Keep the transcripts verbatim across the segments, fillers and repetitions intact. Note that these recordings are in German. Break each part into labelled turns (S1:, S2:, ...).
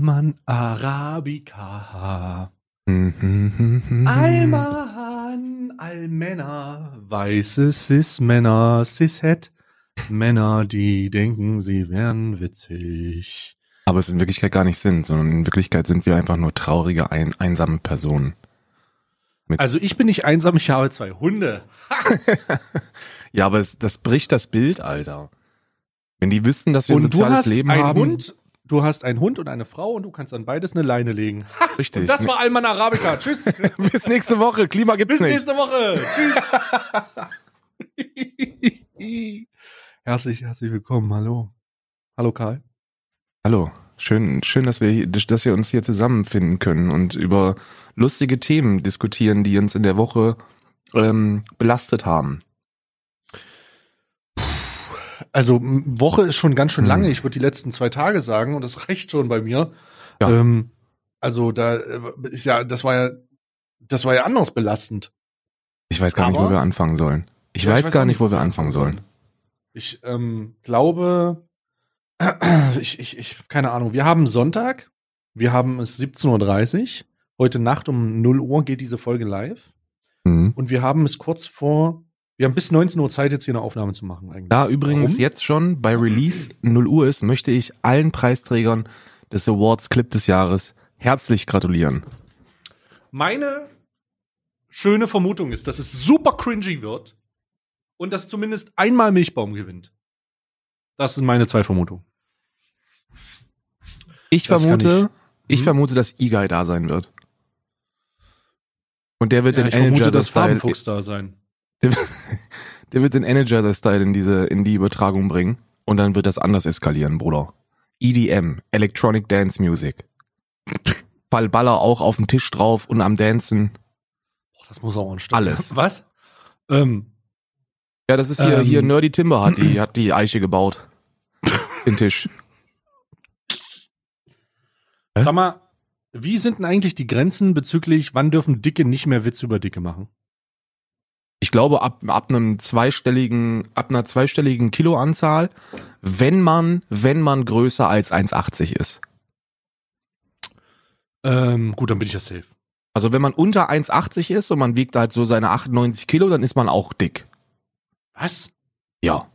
S1: Alman Arabica. Alman, Almänner, weiße Cis-Männer, Cis-Het, Männer, die denken, sie wären witzig.
S2: Aber es in Wirklichkeit gar nicht sind, sondern in Wirklichkeit sind wir einfach nur traurige, ein, einsame Personen.
S1: Mit also ich bin nicht einsam, ich habe zwei Hunde.
S2: Ja, aber es, das bricht das Bild, Alter. Wenn die wüssten, dass wir
S1: und
S2: ein soziales Leben
S1: einen
S2: haben.
S1: Hund, du hast einen Hund und eine Frau und du kannst an beides eine Leine legen. Ha,
S2: richtig.
S1: Und das war Alman Arabica. Tschüss.
S2: Bis nächste Woche. Klima gibt's
S1: Bis
S2: nicht.
S1: Bis nächste Woche. Tschüss. herzlich, herzlich willkommen. Hallo. Hallo Karl.
S2: Hallo. Schön, schön, dass wir, dass wir uns hier zusammenfinden können und über lustige Themen diskutieren, die uns in der Woche ähm, belastet haben.
S1: Also Woche ist schon ganz schön lange. Hm. Ich würde die letzten zwei Tage sagen und das reicht schon bei mir. Ja. Ähm, also da ist ja, das war ja, das war ja anders belastend.
S2: Ich weiß gar Aber, nicht, wo wir anfangen sollen. Ich, ja, weiß, ich weiß gar nicht, wo wir anfangen sollen.
S1: Ich ähm, glaube, ich, ich, ich, keine Ahnung. Wir haben Sonntag. Wir haben es siebzehn Uhr dreißig. Heute Nacht um null Uhr geht diese Folge live. Mhm. Und wir haben es kurz vor. Wir haben bis neunzehn Uhr Zeit, jetzt hier eine Aufnahme zu machen eigentlich.
S2: Da übrigens Warum? Jetzt schon bei Release null Uhr ist, möchte ich allen Preisträgern des Awards Clip des Jahres herzlich gratulieren.
S1: Meine schöne Vermutung ist, dass es super cringy wird und dass zumindest einmal Milchbaum gewinnt. Das sind meine zwei Vermutungen.
S2: Ich das vermute, ich, ich hm? vermute, dass Igai da sein wird. Und der wird
S1: ja,
S2: den
S1: ich vermute, dass
S2: Energizer-Style
S1: Farbenfuchs da sein.
S2: Der, der wird den Energizer-Style in diese, in die Übertragung bringen und dann wird das anders eskalieren, Bruder. E D M, Electronic Dance Music. Fall Baller auch auf dem Tisch drauf und am Dancen.
S1: Boah, das muss auch anstellen.
S2: Alles.
S1: Was? Ähm,
S2: ja, das ist hier, ähm, hier Nerdy Timber hat die, hat die Eiche gebaut. Den Tisch.
S1: Sag mal, wie sind denn eigentlich die Grenzen bezüglich, wann dürfen Dicke nicht mehr Witze über Dicke machen?
S2: Ich glaube, ab, ab einem zweistelligen, ab einer zweistelligen Kiloanzahl, wenn man, wenn man größer als eins achtzig ist.
S1: Ähm, gut, dann bin ich ja safe.
S2: Also wenn man unter eins achtzig ist und man wiegt halt so seine achtundneunzig Kilo, dann ist man auch dick.
S1: Was?
S2: Ja.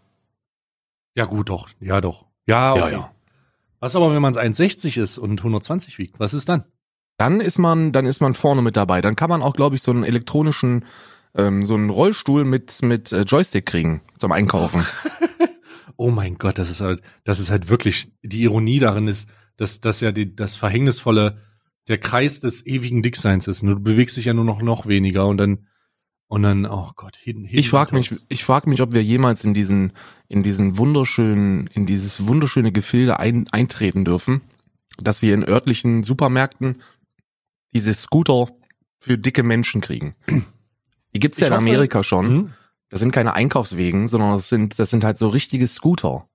S1: Ja gut, doch. Ja, doch. Ja, okay. Ja, ja. Was aber, wenn man eins sechzig ist und hundertzwanzig wiegt? Was ist dann?
S2: Dann ist man, dann ist man vorne mit dabei. Dann kann man auch, glaube ich, so einen elektronischen Ähm, so einen Rollstuhl mit mit äh, Joystick kriegen zum Einkaufen.
S1: Oh mein Gott, das ist halt, das ist halt wirklich, die Ironie darin ist, dass das ja die, das Verhängnisvolle, der Kreis des ewigen Dickseins ist. Du bewegst dich ja nur noch noch weniger und dann und dann, oh Gott, hin, hin
S2: Ich frage mich, ich frage mich, ob wir jemals in diesen in diesen wunderschönen, in dieses wunderschöne Gefilde ein, eintreten dürfen, dass wir in örtlichen Supermärkten diese Scooter für dicke Menschen kriegen. Die gibt's ja in Amerika hoffe, schon. Mh. Das sind keine Einkaufswegen, sondern das sind, das sind halt so richtige Scooter.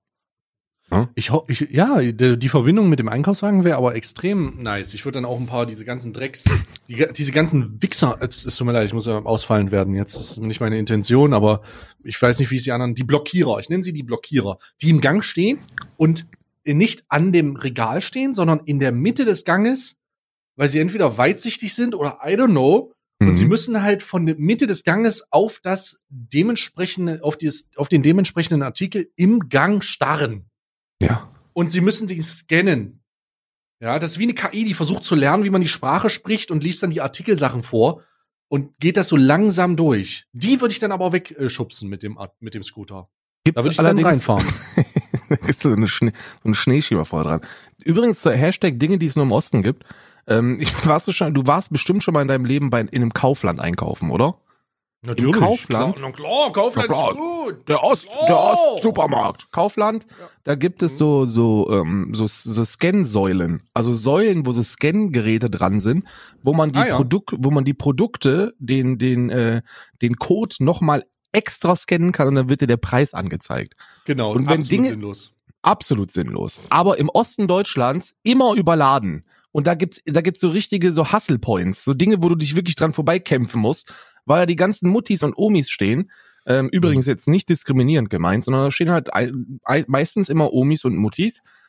S1: Hm? Ich, ho- ich ja, die, die Verbindung mit dem Einkaufswagen wäre aber extrem nice. Ich würde dann auch ein paar diese ganzen Drecks, die, diese ganzen Wichser, es, es tut mir leid, ich muss ja ausfallend werden jetzt. Das ist nicht meine Intention, aber ich weiß nicht, wie es die anderen, die Blockierer, ich nenne sie die Blockierer, die im Gang stehen und nicht an dem Regal stehen, sondern in der Mitte des Ganges, weil sie entweder weitsichtig sind oder I don't know. Und mhm. sie müssen halt von der Mitte des Ganges auf das dementsprechende, auf dieses, auf den dementsprechenden Artikel im Gang starren.
S2: Ja.
S1: Und sie müssen den scannen. Ja, das ist wie eine K I, die versucht zu lernen, wie man die Sprache spricht und liest dann die Artikelsachen vor und geht das so langsam durch. Die würde ich dann aber wegschubsen mit dem, mit dem Scooter.
S2: Gibt's
S1: da würde ich dann reinfahren.
S2: Da ist so eine, Schnee, so ein Schneeschieber vorne dran. Übrigens zur Hashtag Dinge, die es nur im Osten gibt. Ähm, ich, warst du, schon, du warst bestimmt schon mal in deinem Leben bei, in einem Kaufland einkaufen, oder?
S1: Natürlich.
S2: Im Kaufland.
S1: Klar, klar Kaufland
S2: na klar,
S1: ist gut.
S2: Der Ost,
S1: oh.
S2: der Ost-Supermarkt. Kaufland, ja. Da gibt es so, so, ähm, so, so Scan-Säulen. Also Säulen, wo so Scan-Geräte dran sind, wo man die
S1: ah, ja.
S2: Produkte, wo man die Produkte, den, den, äh, den Code nochmal extra scannen kann und dann wird dir der Preis angezeigt.
S1: Genau,
S2: und wenn
S1: absolut
S2: Dinge,
S1: sinnlos.
S2: Absolut sinnlos. Aber im Osten Deutschlands immer überladen. Und da gibt's, da gibt's so richtige so Hustle Points, so Dinge, wo du dich wirklich dran vorbeikämpfen musst, weil da die ganzen Muttis und Omis stehen. Ähm, übrigens jetzt nicht diskriminierend gemeint, sondern da stehen halt meistens immer Omis und Muttis,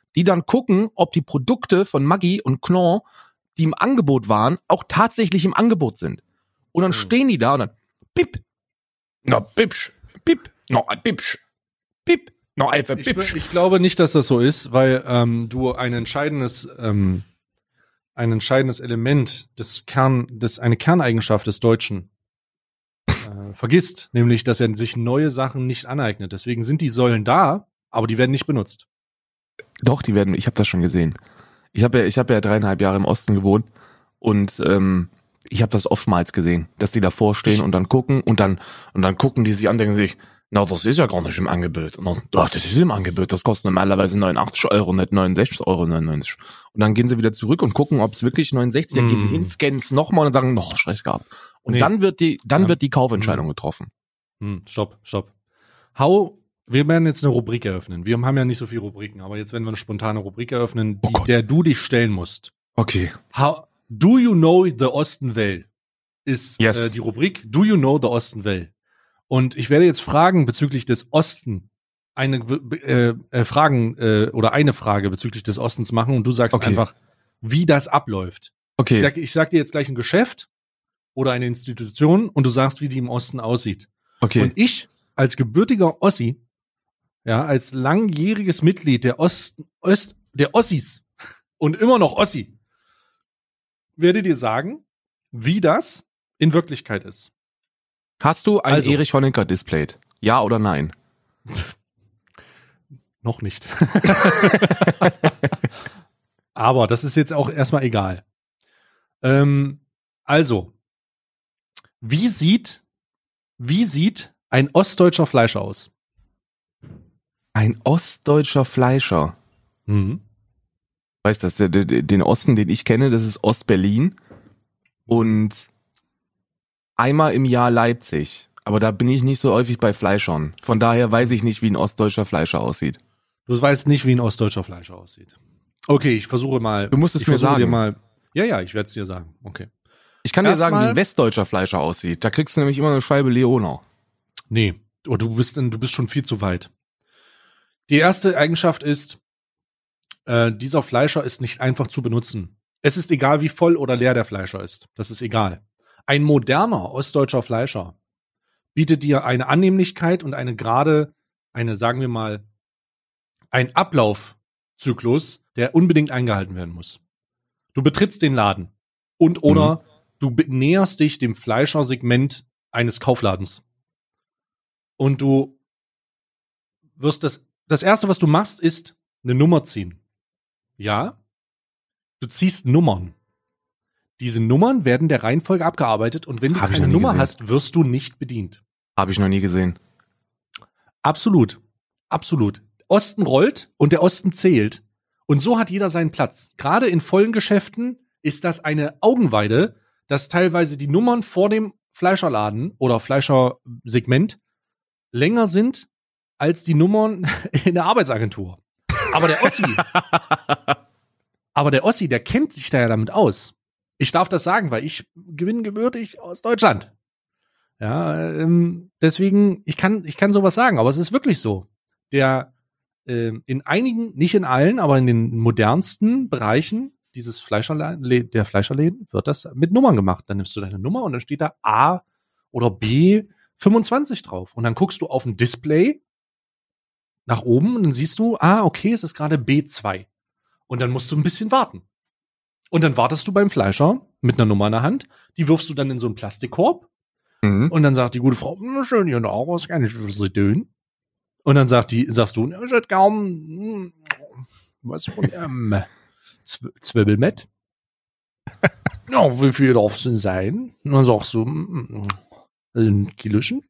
S2: die dann gucken, ob die Produkte von Maggi und Knorr, die im Angebot waren, auch tatsächlich im Angebot sind. Und dann mhm. stehen die da und dann Pip, na Pipsch, Pip, no Pipsch, Pip, no einfach Pipsch.
S1: Ich, ich glaube nicht, dass das so ist, weil ähm, du ein entscheidendes ähm, ein entscheidendes Element des Kern, des eine Kerneigenschaft des Deutschen äh, vergisst, nämlich, dass er sich neue Sachen nicht aneignet. Deswegen sind die Säulen da, aber die werden nicht benutzt.
S2: Doch, die werden. Ich habe das schon gesehen. Ich habe ja, ich habe ja dreieinhalb Jahre im Osten gewohnt und ähm, ich habe das oftmals gesehen, dass die davor stehen ich, und dann gucken und dann und dann gucken die sich an, denken sich, na, das ist ja gar nicht im Angebot. Und dann, doch, das ist im Angebot. Das kostet normalerweise neunundachtzig Euro, nicht neunundsechzig Euro neunundneunzig. Und dann gehen sie wieder zurück und gucken, ob es wirklich neunundsechzig. Dann mm. gehen sie hin, scannen es nochmal und sagen, noch Stress gehabt. Und nee. dann wird die, dann ja. wird die Kaufentscheidung mm. getroffen.
S1: Mm. Stopp, stopp. How, wir werden jetzt eine Rubrik eröffnen. Wir haben ja nicht so viele Rubriken, aber jetzt werden wir eine spontane Rubrik eröffnen, die, oh der du dich stellen musst.
S2: Okay.
S1: How, do you know the Osten Well? Ist
S2: yes.
S1: äh, die Rubrik Do you know the Osten Well? Und ich werde jetzt Fragen bezüglich des Osten, eine äh, äh, Fragen äh, oder eine Frage bezüglich des Ostens machen und du sagst
S2: okay.
S1: einfach, wie das abläuft.
S2: Okay.
S1: Ich sag, ich sag dir jetzt gleich ein Geschäft oder eine Institution und du sagst, wie die im Osten aussieht.
S2: Okay.
S1: Und ich als gebürtiger Ossi, ja, als langjähriges Mitglied der Osten, Ost, der Ossis und immer noch Ossi, werde dir sagen, wie das in Wirklichkeit ist.
S2: Hast du ein
S1: also,
S2: Erich Honecker displayed? Ja oder nein?
S1: Noch nicht. Aber das ist jetzt auch erstmal egal. Ähm, also, wie sieht, wie sieht ein ostdeutscher Fleischer aus?
S2: Ein ostdeutscher Fleischer?
S1: Mhm.
S2: Weißt du, den Osten, den ich kenne, das ist Ostberlin und einmal im Jahr Leipzig. Aber da bin ich nicht so häufig bei Fleischern. Von daher weiß ich nicht, wie ein ostdeutscher Fleischer aussieht.
S1: Du weißt nicht, wie ein ostdeutscher Fleischer aussieht. Okay, ich versuche mal.
S2: Du musst es
S1: ich
S2: mir sagen.
S1: Dir mal, ja, ja, ich werde es dir sagen. Okay.
S2: Ich kann Erst dir sagen, wie ein westdeutscher Fleischer aussieht. Da kriegst du nämlich immer eine Scheibe Leoner.
S1: Nee, oh, du bist, du bist schon viel zu weit. Die erste Eigenschaft ist, äh, dieser Fleischer ist nicht einfach zu benutzen. Es ist egal, wie voll oder leer der Fleischer ist. Das ist egal. Ein moderner ostdeutscher Fleischer bietet dir eine Annehmlichkeit und eine gerade, eine, sagen wir mal, ein Ablaufzyklus, der unbedingt eingehalten werden muss. Du betrittst den Laden und oder mhm. du näherst dich dem Fleischersegment eines Kaufladens. Und du wirst das, das erste, was du machst, ist eine Nummer ziehen. Ja? Du ziehst Nummern. Diese Nummern werden der Reihenfolge abgearbeitet und wenn du
S2: Hab
S1: keine Nummer gesehen. hast, wirst du nicht bedient.
S2: Habe ich noch nie gesehen.
S1: Absolut. Absolut. Osten rollt und der Osten zählt. Und so hat jeder seinen Platz. Gerade in vollen Geschäften ist das eine Augenweide, dass teilweise die Nummern vor dem Fleischerladen oder Fleischersegment länger sind als die Nummern in der Arbeitsagentur. Aber der Ossi, aber der Ossi, der kennt sich da ja damit aus. Ich darf das sagen, weil ich gewinne gebürtig aus Deutschland. Ja, ähm, deswegen, ich kann, ich kann sowas sagen, aber es ist wirklich so. Der, ähm, in einigen, nicht in allen, aber in den modernsten Bereichen dieses Fleischerläden, der Fleischerläden, wird das mit Nummern gemacht. Dann nimmst du deine Nummer und dann steht da A oder B fünfundzwanzig drauf. Und dann guckst du auf ein Display nach oben und dann siehst du, ah, okay, es ist gerade B zwei. Und dann musst du ein bisschen warten. Und dann wartest du beim Fleischer mit einer Nummer in der Hand, die wirfst du dann in so einen Plastikkorb mhm. und dann sagt die gute Frau, schön hier noch, was kann ich für Sie tun? Und dann sagt die, sagst du, ich hätte kaum was von ähm, Zw- Zwiebelmett. Ja, wie viel darf es denn sein? Und dann sagst du, ein Kilochen.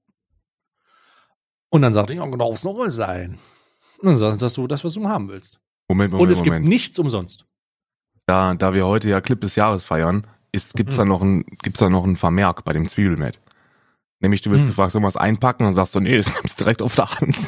S1: Und dann sagt die, ja, darf es noch was sein? Und dann sagst du das, was du haben willst.
S2: Moment, Moment,
S1: Und es
S2: Moment.
S1: gibt nichts umsonst.
S2: Da, da wir heute ja Clip des Jahres feiern, ist, gibt's da noch ein, gibt's da noch ein Vermerk bei dem Zwiebelmett. Nämlich, du wirst hm. gefragt, soll man was einpacken? Und dann sagst du, nee, das nimmst du direkt auf der Hand.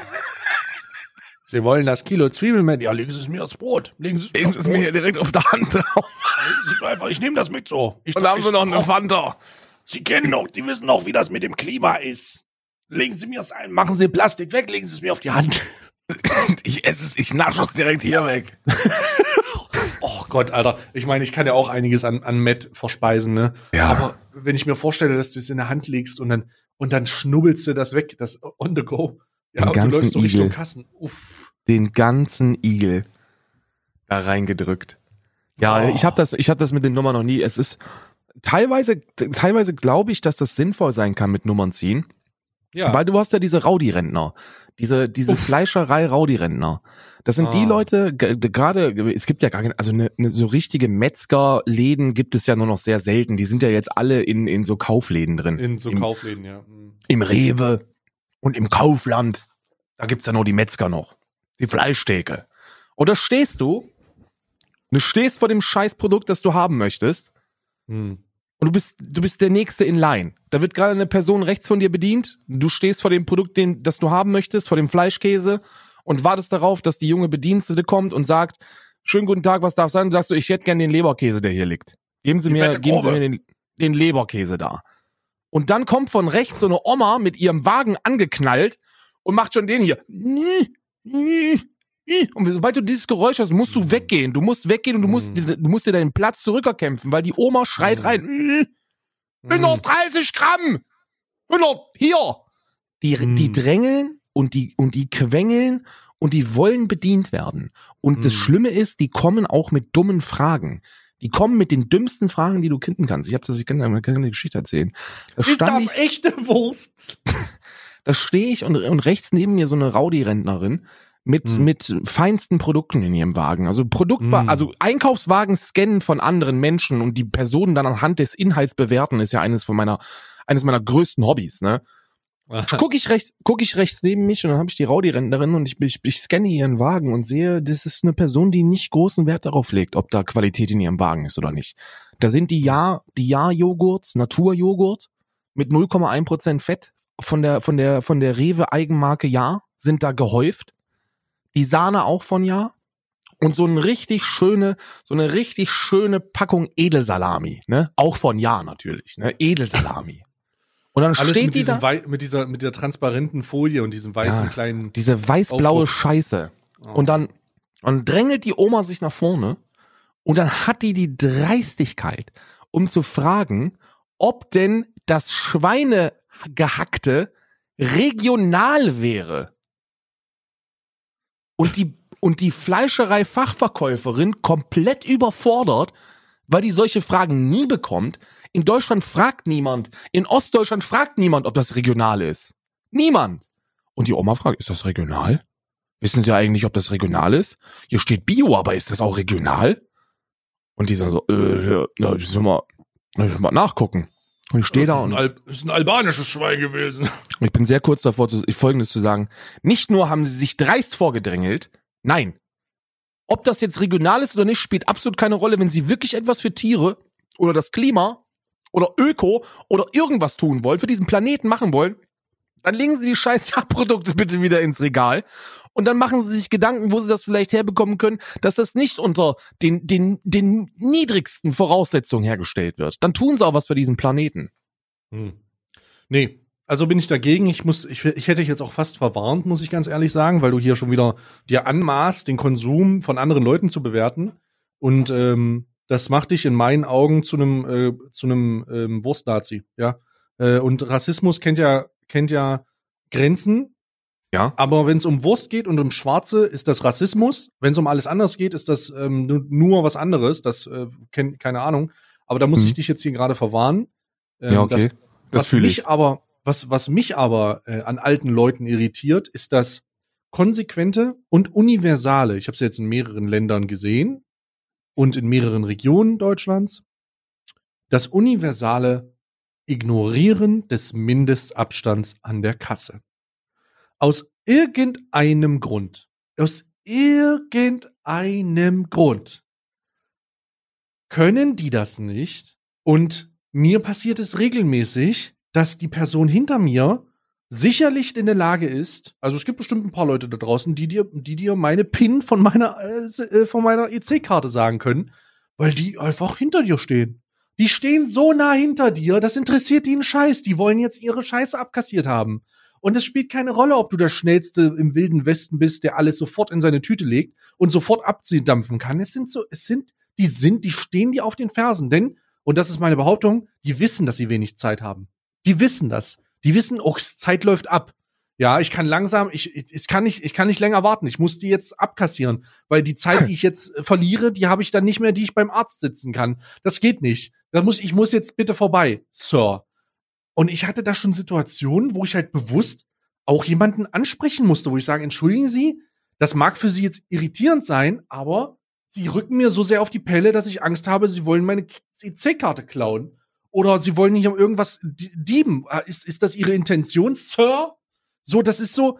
S1: Sie wollen das Kilo Zwiebelmett? Ja, legen Sie es mir aufs Brot. Legen Sie es,
S2: legen Sie es mir hier direkt auf der Hand drauf.
S1: Einfach, ich nehme das mit so. Ich,
S2: Und dann haben wir noch eine Fanta.
S1: Sie kennen doch, die wissen doch, wie das mit dem Klima ist. Legen Sie mir es ein, machen Sie Plastik weg, legen Sie es mir auf die Hand.
S2: Ich esse es, ich nasche es direkt hier weg.
S1: Oh Gott, Alter. Ich meine, ich kann ja auch einiges an, an Met verspeisen, ne?
S2: Ja.
S1: Aber wenn ich mir vorstelle, dass du es in der Hand legst und dann, und dann schnubbelst du das weg, das on the go. Ja,
S2: Den
S1: und du
S2: ganzen
S1: läufst so Richtung
S2: Igel.
S1: Kassen. Uff.
S2: Den ganzen Igel da reingedrückt. Ja,
S1: Oh.
S2: ich habe das, ich habe das mit den Nummern noch nie. Es ist teilweise, teilweise glaube ich, dass das sinnvoll sein kann mit Nummern ziehen.
S1: Ja.
S2: Weil du hast ja diese Rowdy-Rentner, diese diese
S1: Uff.
S2: Fleischerei Rowdy-Rentner. Das sind
S1: Ah.
S2: die Leute, g- g- gerade, es gibt ja gar keine, also eine, eine so richtige Metzgerläden gibt es ja nur noch sehr selten. Die sind ja jetzt alle in in so Kaufläden drin.
S1: In so
S2: Im,
S1: Kaufläden, ja. Mhm.
S2: Im Rewe und im Kaufland. Da gibt's ja nur die Metzger noch. Die Fleischtheke. Und da stehst du, du stehst vor dem Scheißprodukt, das du haben möchtest.
S1: Mhm.
S2: Und du bist, du bist der Nächste in Line. Da wird gerade eine Person rechts von dir bedient. Du stehst vor dem Produkt, den, das du haben möchtest, vor dem Fleischkäse und wartest darauf, dass die junge Bedienstete kommt und sagt, schönen guten Tag, was darf sein? Und sagst du, ich hätte gern den Leberkäse, der hier liegt. Geben Sie
S1: Die
S2: mir,
S1: fette
S2: geben Sie
S1: Kurve.
S2: mir den, den Leberkäse da. Und dann kommt von rechts so eine Oma mit ihrem Wagen angeknallt und macht schon den hier. Und sobald du dieses Geräusch hast, musst du weggehen. Du musst weggehen und du musst,
S1: Mhm.
S2: du musst dir deinen Platz zurückerkämpfen, weil die Oma schreit
S1: Mhm.
S2: rein.
S1: Mhm.
S2: hundertdreißig Gramm! hundert, hier! Die,
S1: Mm.
S2: die drängeln und die, und die quengeln und die wollen bedient werden. Und das
S1: Mm.
S2: Schlimme ist, die kommen auch mit dummen Fragen. Die kommen mit den dümmsten Fragen, die du finden kannst. Ich habe das, ich kann eine, kann eine Geschichte erzählen. Da
S1: Ist
S2: stand
S1: das
S2: ich,
S1: echte Wurst?
S2: da stehe ich und, und rechts neben mir so eine Rowdy-Rentnerin mit,
S1: Mm.
S2: mit feinsten Produkten in ihrem Wagen. Also Produkt,
S1: Mm.
S2: also Einkaufswagen scannen von anderen Menschen und die Personen dann anhand des Inhalts bewerten, ist ja eines von meiner, eines meiner größten Hobbys, ne? Guck ich rechts, guck ich rechts neben mich und dann habe ich die Rowdy-Rentnerin und ich, ich, ich scanne ihren Wagen und sehe, das ist eine Person, die nicht großen Wert darauf legt, ob da Qualität in ihrem Wagen ist oder nicht. Da sind die Ja, die Ja-Joghurts, Naturjoghurt mit null Komma eins Prozent Fett von der, von der, von der Rewe-Eigenmarke Ja sind da gehäuft. Die Sahne auch von Ja. Und so eine richtig schöne, so eine richtig schöne Packung Edelsalami, ne? Auch von Ja natürlich, ne? Edelsalami. Und dann
S1: Alles
S2: steht
S1: mit,
S2: die
S1: diesem
S2: da,
S1: Wei- mit dieser mit der transparenten Folie und diesem weißen
S2: Ja,
S1: kleinen.
S2: diese weiß-blaue
S1: Aufdruck.
S2: Scheiße.
S1: Oh.
S2: Und dann, und drängelt die Oma sich nach vorne und dann hat die die Dreistigkeit, um zu fragen, ob denn das Schweinegehackte regional wäre. Und die, und die Fleischerei-Fachverkäuferin komplett überfordert, weil die solche Fragen nie bekommt. In Deutschland fragt niemand, in Ostdeutschland fragt niemand, ob das regional ist. Niemand. Und die Oma fragt, ist das regional? Wissen Sie eigentlich, ob das regional ist? Hier steht Bio, aber ist das auch regional? Und die sagen so, äh, ja, ich soll mal, ich soll mal nachgucken. Und ich stehe
S1: das
S2: da
S1: ist
S2: und
S1: ein, Al das ist ein albanisches Schwein gewesen.
S2: ich bin sehr kurz davor, zu, Folgendes zu sagen. Nicht nur haben sie sich dreist vorgedrängelt, nein. Ob das jetzt regional ist oder nicht, spielt absolut keine Rolle. Wenn sie wirklich etwas für Tiere oder das Klima oder Öko oder irgendwas tun wollen, für diesen Planeten machen wollen, dann legen sie die scheiß Ja-Produkte bitte wieder ins Regal und dann machen sie sich Gedanken, wo sie das vielleicht herbekommen können, dass das nicht unter den, den, den niedrigsten Voraussetzungen hergestellt wird. Dann tun sie auch was für diesen Planeten.
S1: Hm. Nee, also bin ich dagegen. Ich muss, ich, ich hätte dich jetzt auch fast verwarnt, muss ich ganz ehrlich sagen, weil du hier schon wieder dir anmaßt, den Konsum von anderen Leuten zu bewerten. Und ähm, das macht dich in meinen Augen zu einem äh, zu einem ähm, Wurstnazi, ja. Äh, und Rassismus kennt ja kennt ja Grenzen.
S2: Ja.
S1: Aber wenn es um Wurst geht und um Schwarze, ist das Rassismus. Wenn es um alles anders geht, ist das ähm, nur, nur was anderes. Das äh, kennt keine Ahnung. Aber da muss
S2: Mhm.
S1: ich dich jetzt hier gerade verwarnen. Ähm,
S2: Ja, okay.
S1: Das,
S2: Das
S1: was
S2: fühle
S1: mich
S2: ich.
S1: aber, was, was mich aber äh, an alten Leuten irritiert, ist das konsequente und universale. Ich habe es jetzt in mehreren Ländern gesehen und in mehreren Regionen Deutschlands. Das universale Ignorieren des Mindestabstands an der Kasse. Aus irgendeinem Grund, aus irgendeinem Grund können die das nicht. Und mir passiert es regelmäßig, dass die Person hinter mir sicherlich in der Lage ist, also es gibt bestimmt ein paar Leute da draußen, die dir, die dir meine PIN von meiner, äh, von meiner E C-Karte sagen können, weil die einfach hinter dir stehen. Die stehen so nah hinter dir, das interessiert die einen Scheiß. Die wollen jetzt ihre Scheiße abkassiert haben. Und es spielt keine Rolle, ob du der Schnellste im Wilden Westen bist, der alles sofort in seine Tüte legt und sofort abdampfen kann. Es sind so, es sind, die sind, die stehen dir auf den Fersen. Denn, und das ist meine Behauptung, die wissen, dass sie wenig Zeit haben. Die wissen das. Die wissen, oh, Zeit läuft ab. Ja, ich kann langsam, ich, ich kann nicht, ich kann nicht länger warten. Ich muss die jetzt abkassieren, weil die Zeit, die ich jetzt verliere, die habe ich dann nicht mehr, die ich beim Arzt sitzen kann. Das geht nicht. Da muss, ich muss jetzt bitte vorbei, Sir. Und ich hatte da schon Situationen, wo ich halt bewusst auch jemanden ansprechen musste, wo ich sage, entschuldigen Sie, das mag für Sie jetzt irritierend sein, aber Sie rücken mir so sehr auf die Pelle, dass ich Angst habe, Sie wollen meine E C-Karte klauen. Oder Sie wollen hier irgendwas dieben. Ist, ist das Ihre Intention, Sir? So, das ist so,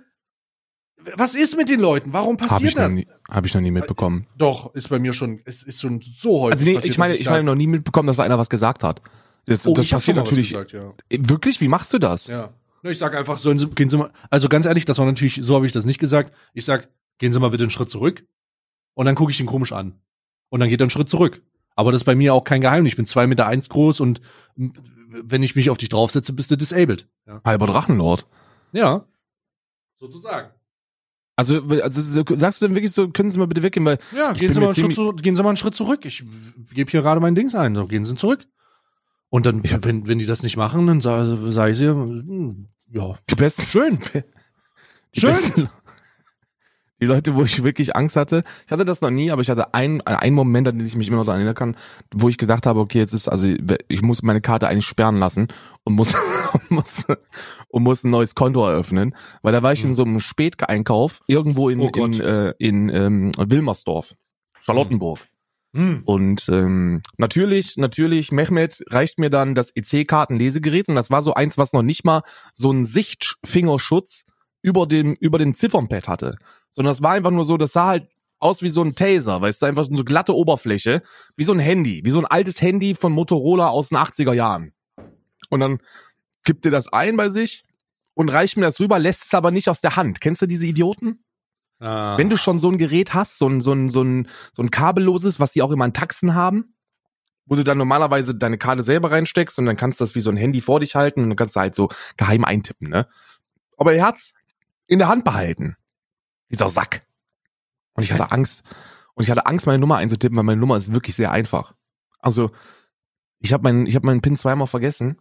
S1: was ist mit den Leuten? Warum passiert
S2: hab
S1: das?
S2: Habe ich noch nie mitbekommen.
S1: Doch, ist bei mir schon, es ist schon so häufig.
S2: Also nee,
S1: passiert,
S2: ich meine,
S1: ich,
S2: ich meine noch nie mitbekommen, dass da einer was gesagt hat. Das,
S1: oh,
S2: das
S1: ich hab
S2: passiert
S1: schon mal
S2: natürlich.
S1: was gesagt, ja.
S2: Wirklich? Wie machst du das?
S1: Ja. Ich sag einfach, sollen Sie, gehen Sie mal, also ganz ehrlich, das war natürlich, so habe ich das nicht gesagt. Ich sag, gehen Sie mal bitte einen Schritt zurück. Und dann gucke ich ihn komisch an. Und dann geht er einen Schritt zurück. Aber das ist bei mir auch kein Geheimnis. Ich bin zwei Meter eins groß und wenn ich mich auf dich draufsetze, bist du disabled. Ja.
S2: Halber Drachenlord.
S1: Ja. Sozusagen.
S2: Also, also sagst du denn wirklich so, können Sie mal bitte weggehen, weil
S1: ja, gehen Sie mal einen Schritt zu, gehen Sie mal einen Schritt zurück. Ich gebe hier gerade mein Dings ein. So, gehen Sie zurück. Und dann,
S2: hab,
S1: wenn, wenn die das nicht machen, dann sage sag ich sie, hm, ja,
S2: die besten,
S1: schön.
S2: Die
S1: schön.
S2: Besten, die Leute, wo ich wirklich Angst hatte. Ich hatte das noch nie, aber ich hatte einen, einen Moment, an den ich mich immer noch daran erinnern kann, wo ich gedacht habe, okay, jetzt ist, also ich muss meine Karte eigentlich sperren lassen und muss, muss, und muss ein neues Konto eröffnen, weil da war ich mhm. in so einem Späteinkauf irgendwo in,
S1: oh
S2: in, äh, in ähm, Wilmersdorf, Charlottenburg.
S1: Mhm.
S2: Und ähm, natürlich, natürlich, Mehmet reicht mir dann das E C-Karten-Lesegerät und das war so eins, was noch nicht mal so einen Sichtfingerschutz über dem über dem Ziffernpad hatte, sondern das war einfach nur so, das sah halt aus wie so ein Taser, weißt du, einfach so eine glatte Oberfläche, wie so ein Handy, wie so ein altes Handy von Motorola aus den achtziger Jahren. Und dann gibt dir das ein bei sich und reicht mir das rüber, lässt es aber nicht aus der Hand. Kennst du diese Idioten?
S1: Ah.
S2: Wenn du schon so ein Gerät hast, so ein, so ein, so ein, so ein kabelloses, was die auch immer in Taxen haben, wo du dann normalerweise deine Karte selber reinsteckst und dann kannst du das wie so ein Handy vor dich halten und dann kannst du halt so geheim eintippen, ne? Aber er hat's in der Hand behalten. Dieser Sack. Und ich hatte Angst. Und ich hatte Angst, meine Nummer einzutippen, weil meine Nummer ist wirklich sehr einfach. Also, ich habe meinen, ich habe meinen PIN zweimal vergessen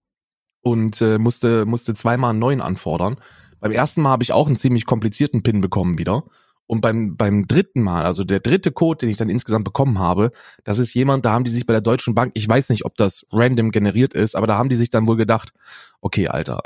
S2: und äh, musste, musste zweimal einen neuen anfordern. Beim ersten Mal habe ich auch einen ziemlich komplizierten PIN bekommen wieder. Und beim beim dritten Mal, also der dritte Code, den ich dann insgesamt bekommen habe, das ist jemand, da haben die sich bei der Deutschen Bank, ich weiß nicht, ob das random generiert ist, aber da haben die sich dann wohl gedacht, okay, Alter,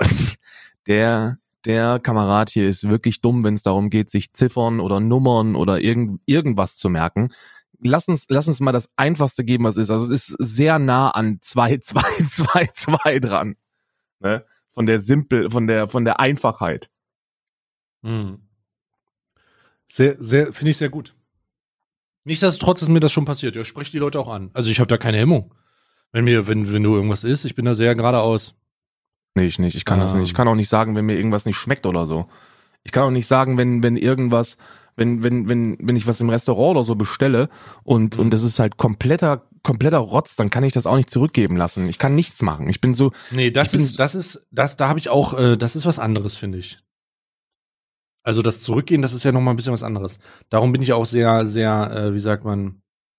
S2: der der Kamerad hier ist wirklich dumm, wenn es darum geht, sich Ziffern oder Nummern oder irgend, irgendwas zu merken. Lass uns, lass uns mal das Einfachste geben, was ist. Also es ist sehr nah an zwei zwei zwei zwei dran. Ne? Von der Simpel, von der, von der Einfachheit.
S1: Hm. Sehr, sehr, finde ich sehr gut. Nichtsdestotrotz ist mir das schon passiert. Ja, ich spreche die Leute auch an. Also ich habe da keine Hemmung. Wenn mir, wenn, wenn du irgendwas isst, ich bin da sehr geradeaus.
S2: Nee, ich nicht. Ich kann ähm. das nicht. Ich kann auch nicht sagen, wenn mir irgendwas nicht schmeckt oder so. Ich kann auch nicht sagen, wenn, wenn irgendwas, wenn, wenn, wenn, wenn ich was im Restaurant oder so bestelle und, mhm. und das ist halt kompletter, kompletter Rotz, dann kann ich das auch nicht zurückgeben lassen. Ich kann nichts machen. Ich bin so.
S1: Nee, das ist, das ist, das, da habe ich auch, äh, das ist was anderes, finde ich. Also das Zurückgehen, das ist ja noch mal ein bisschen was anderes. Darum bin ich auch sehr, sehr, äh, wie sagt man,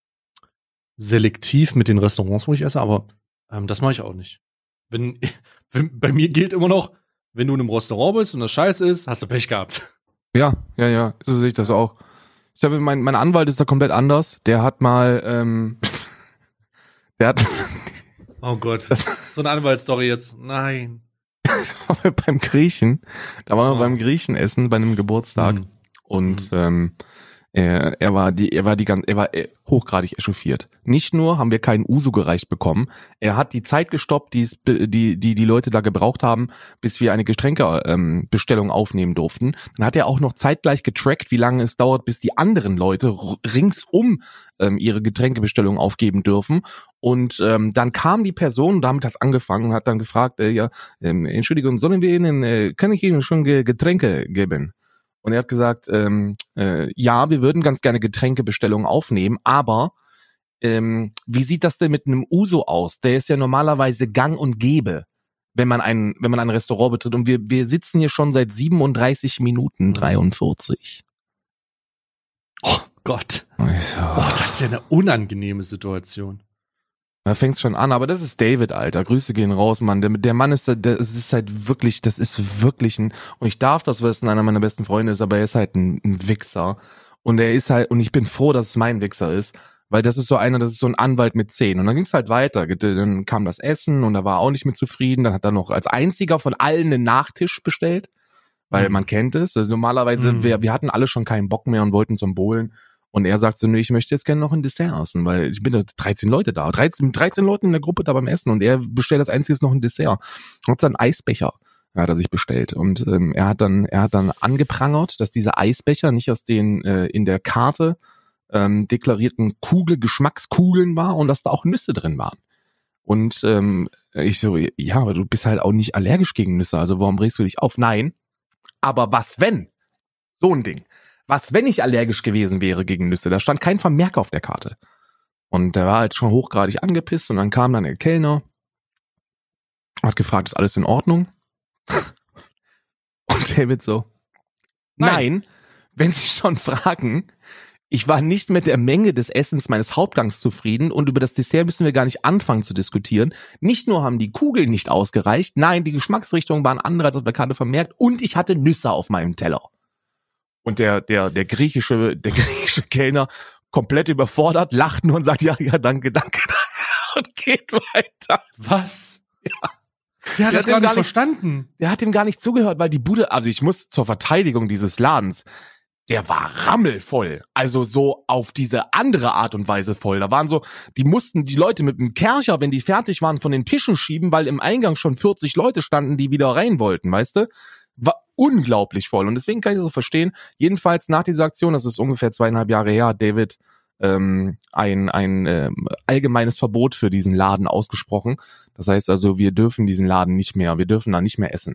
S1: selektiv mit den Restaurants, wo ich esse, aber ähm, das mache ich auch nicht. Wenn, wenn, bei mir gilt immer noch, wenn du in einem Restaurant bist und das scheiße ist, hast du Pech gehabt.
S2: Ja, ja, ja, so sehe ich das auch. Ich habe, mein, mein Anwalt ist da komplett anders. Der hat mal, ähm, der hat.
S1: Oh Gott, so eine Anwaltsstory jetzt. Nein.
S2: beim Griechen, da waren wir
S1: oh.
S2: beim Griechen essen, bei einem Geburtstag. Mhm. Und
S1: mhm.
S2: ähm, er, er war die, er war die ganz, er war hochgradig echauffiert. Nicht nur haben wir keinen Uso gereicht bekommen, er hat die Zeit gestoppt, die die die die Leute da gebraucht haben, bis wir eine Getränkebestellung ähm, aufnehmen durften. Dann hat er auch noch zeitgleich getrackt, wie lange es dauert, bis die anderen Leute r- ringsum ähm, ihre Getränkebestellung aufgeben dürfen. Und ähm, dann kam die Person, damit hat es angefangen und hat dann gefragt, äh, ja, ähm, Entschuldigung, sollen wir Ihnen, äh, kann ich Ihnen schon Ge- Getränke geben? Und er hat gesagt, ähm, äh, ja, wir würden ganz gerne Getränkebestellungen aufnehmen, aber ähm, wie sieht das denn mit einem Uso aus? Der ist ja normalerweise gang und gäbe. wenn man ein, wenn man ein Restaurant betritt. Und wir, wir sitzen hier schon seit siebenunddreißig Minuten dreiundvierzig.
S1: Oh Gott. Oh, das ist ja eine unangenehme Situation.
S2: Da fängt's schon an, aber das ist David, Alter. Grüße gehen raus, Mann. Der, der Mann ist, der, es ist halt wirklich, das ist wirklich ein, und ich darf das wissen, einer meiner besten Freunde ist, aber er ist halt ein, ein Wichser. Und er ist halt, und ich bin froh, dass es mein Wichser ist, weil das ist so einer, das ist so ein Anwalt mit zehn. Und dann ging's halt weiter. Dann kam das Essen und er war auch nicht mit zufrieden. Dann hat er noch als einziger von allen einen Nachtisch bestellt, weil mhm. man kennt es. Also normalerweise, mhm. wir, wir hatten alle schon keinen Bock mehr und wollten zum Bowlen. Und er sagt so, nee, ich möchte jetzt gerne noch ein Dessert essen, weil ich bin da dreizehn Leute da, dreizehn, dreizehn Leute in der Gruppe da beim Essen und er bestellt als einziges noch ein Dessert. Und hat dann Eisbecher, hat er sich bestellt. Und ähm, er hat dann, er hat dann angeprangert, dass diese Eisbecher nicht aus den äh, in der Karte ähm, deklarierten Kugel, Geschmackskugeln war und dass da auch Nüsse drin waren. Und ähm, ich so, ja, aber du bist halt auch nicht allergisch gegen Nüsse, also warum regst du dich auf? Nein. Aber was wenn? So ein Ding. Was, wenn ich allergisch gewesen wäre gegen Nüsse? Da stand kein Vermerk auf der Karte. Und der war halt schon hochgradig angepisst und dann kam dann der Kellner, hat gefragt, ist alles in Ordnung? Und David so, nein, nein, wenn Sie schon fragen, ich war nicht mit der Menge des Essens meines Hauptgangs zufrieden und über das Dessert müssen wir gar nicht anfangen zu diskutieren. Nicht nur haben die Kugeln nicht ausgereicht, nein, die Geschmacksrichtungen waren andere als auf der Karte vermerkt und ich hatte Nüsse auf meinem Teller. Und der, der, der griechische, der griechische Kellner komplett überfordert, lacht nur und sagt, ja, ja, danke, danke, und geht weiter.
S1: Was? Ja. Der hat das gar nicht verstanden.
S2: Der hat ihm gar nicht zugehört, weil die Bude, also ich muss zur Verteidigung dieses Ladens, der war rammelvoll. Also so auf diese andere Art und Weise voll. Da waren so, die mussten die Leute mit dem Kercher, wenn die fertig waren, von den Tischen schieben, weil im Eingang schon vierzig Leute standen, die wieder rein wollten, weißt du? War unglaublich voll. Und deswegen kann ich das so verstehen. Jedenfalls nach dieser Aktion, das ist ungefähr zweieinhalb Jahre her, hat David ähm, ein, ein ähm, allgemeines Verbot für diesen Laden ausgesprochen. Das heißt also, wir dürfen diesen Laden nicht mehr, wir dürfen da nicht mehr essen.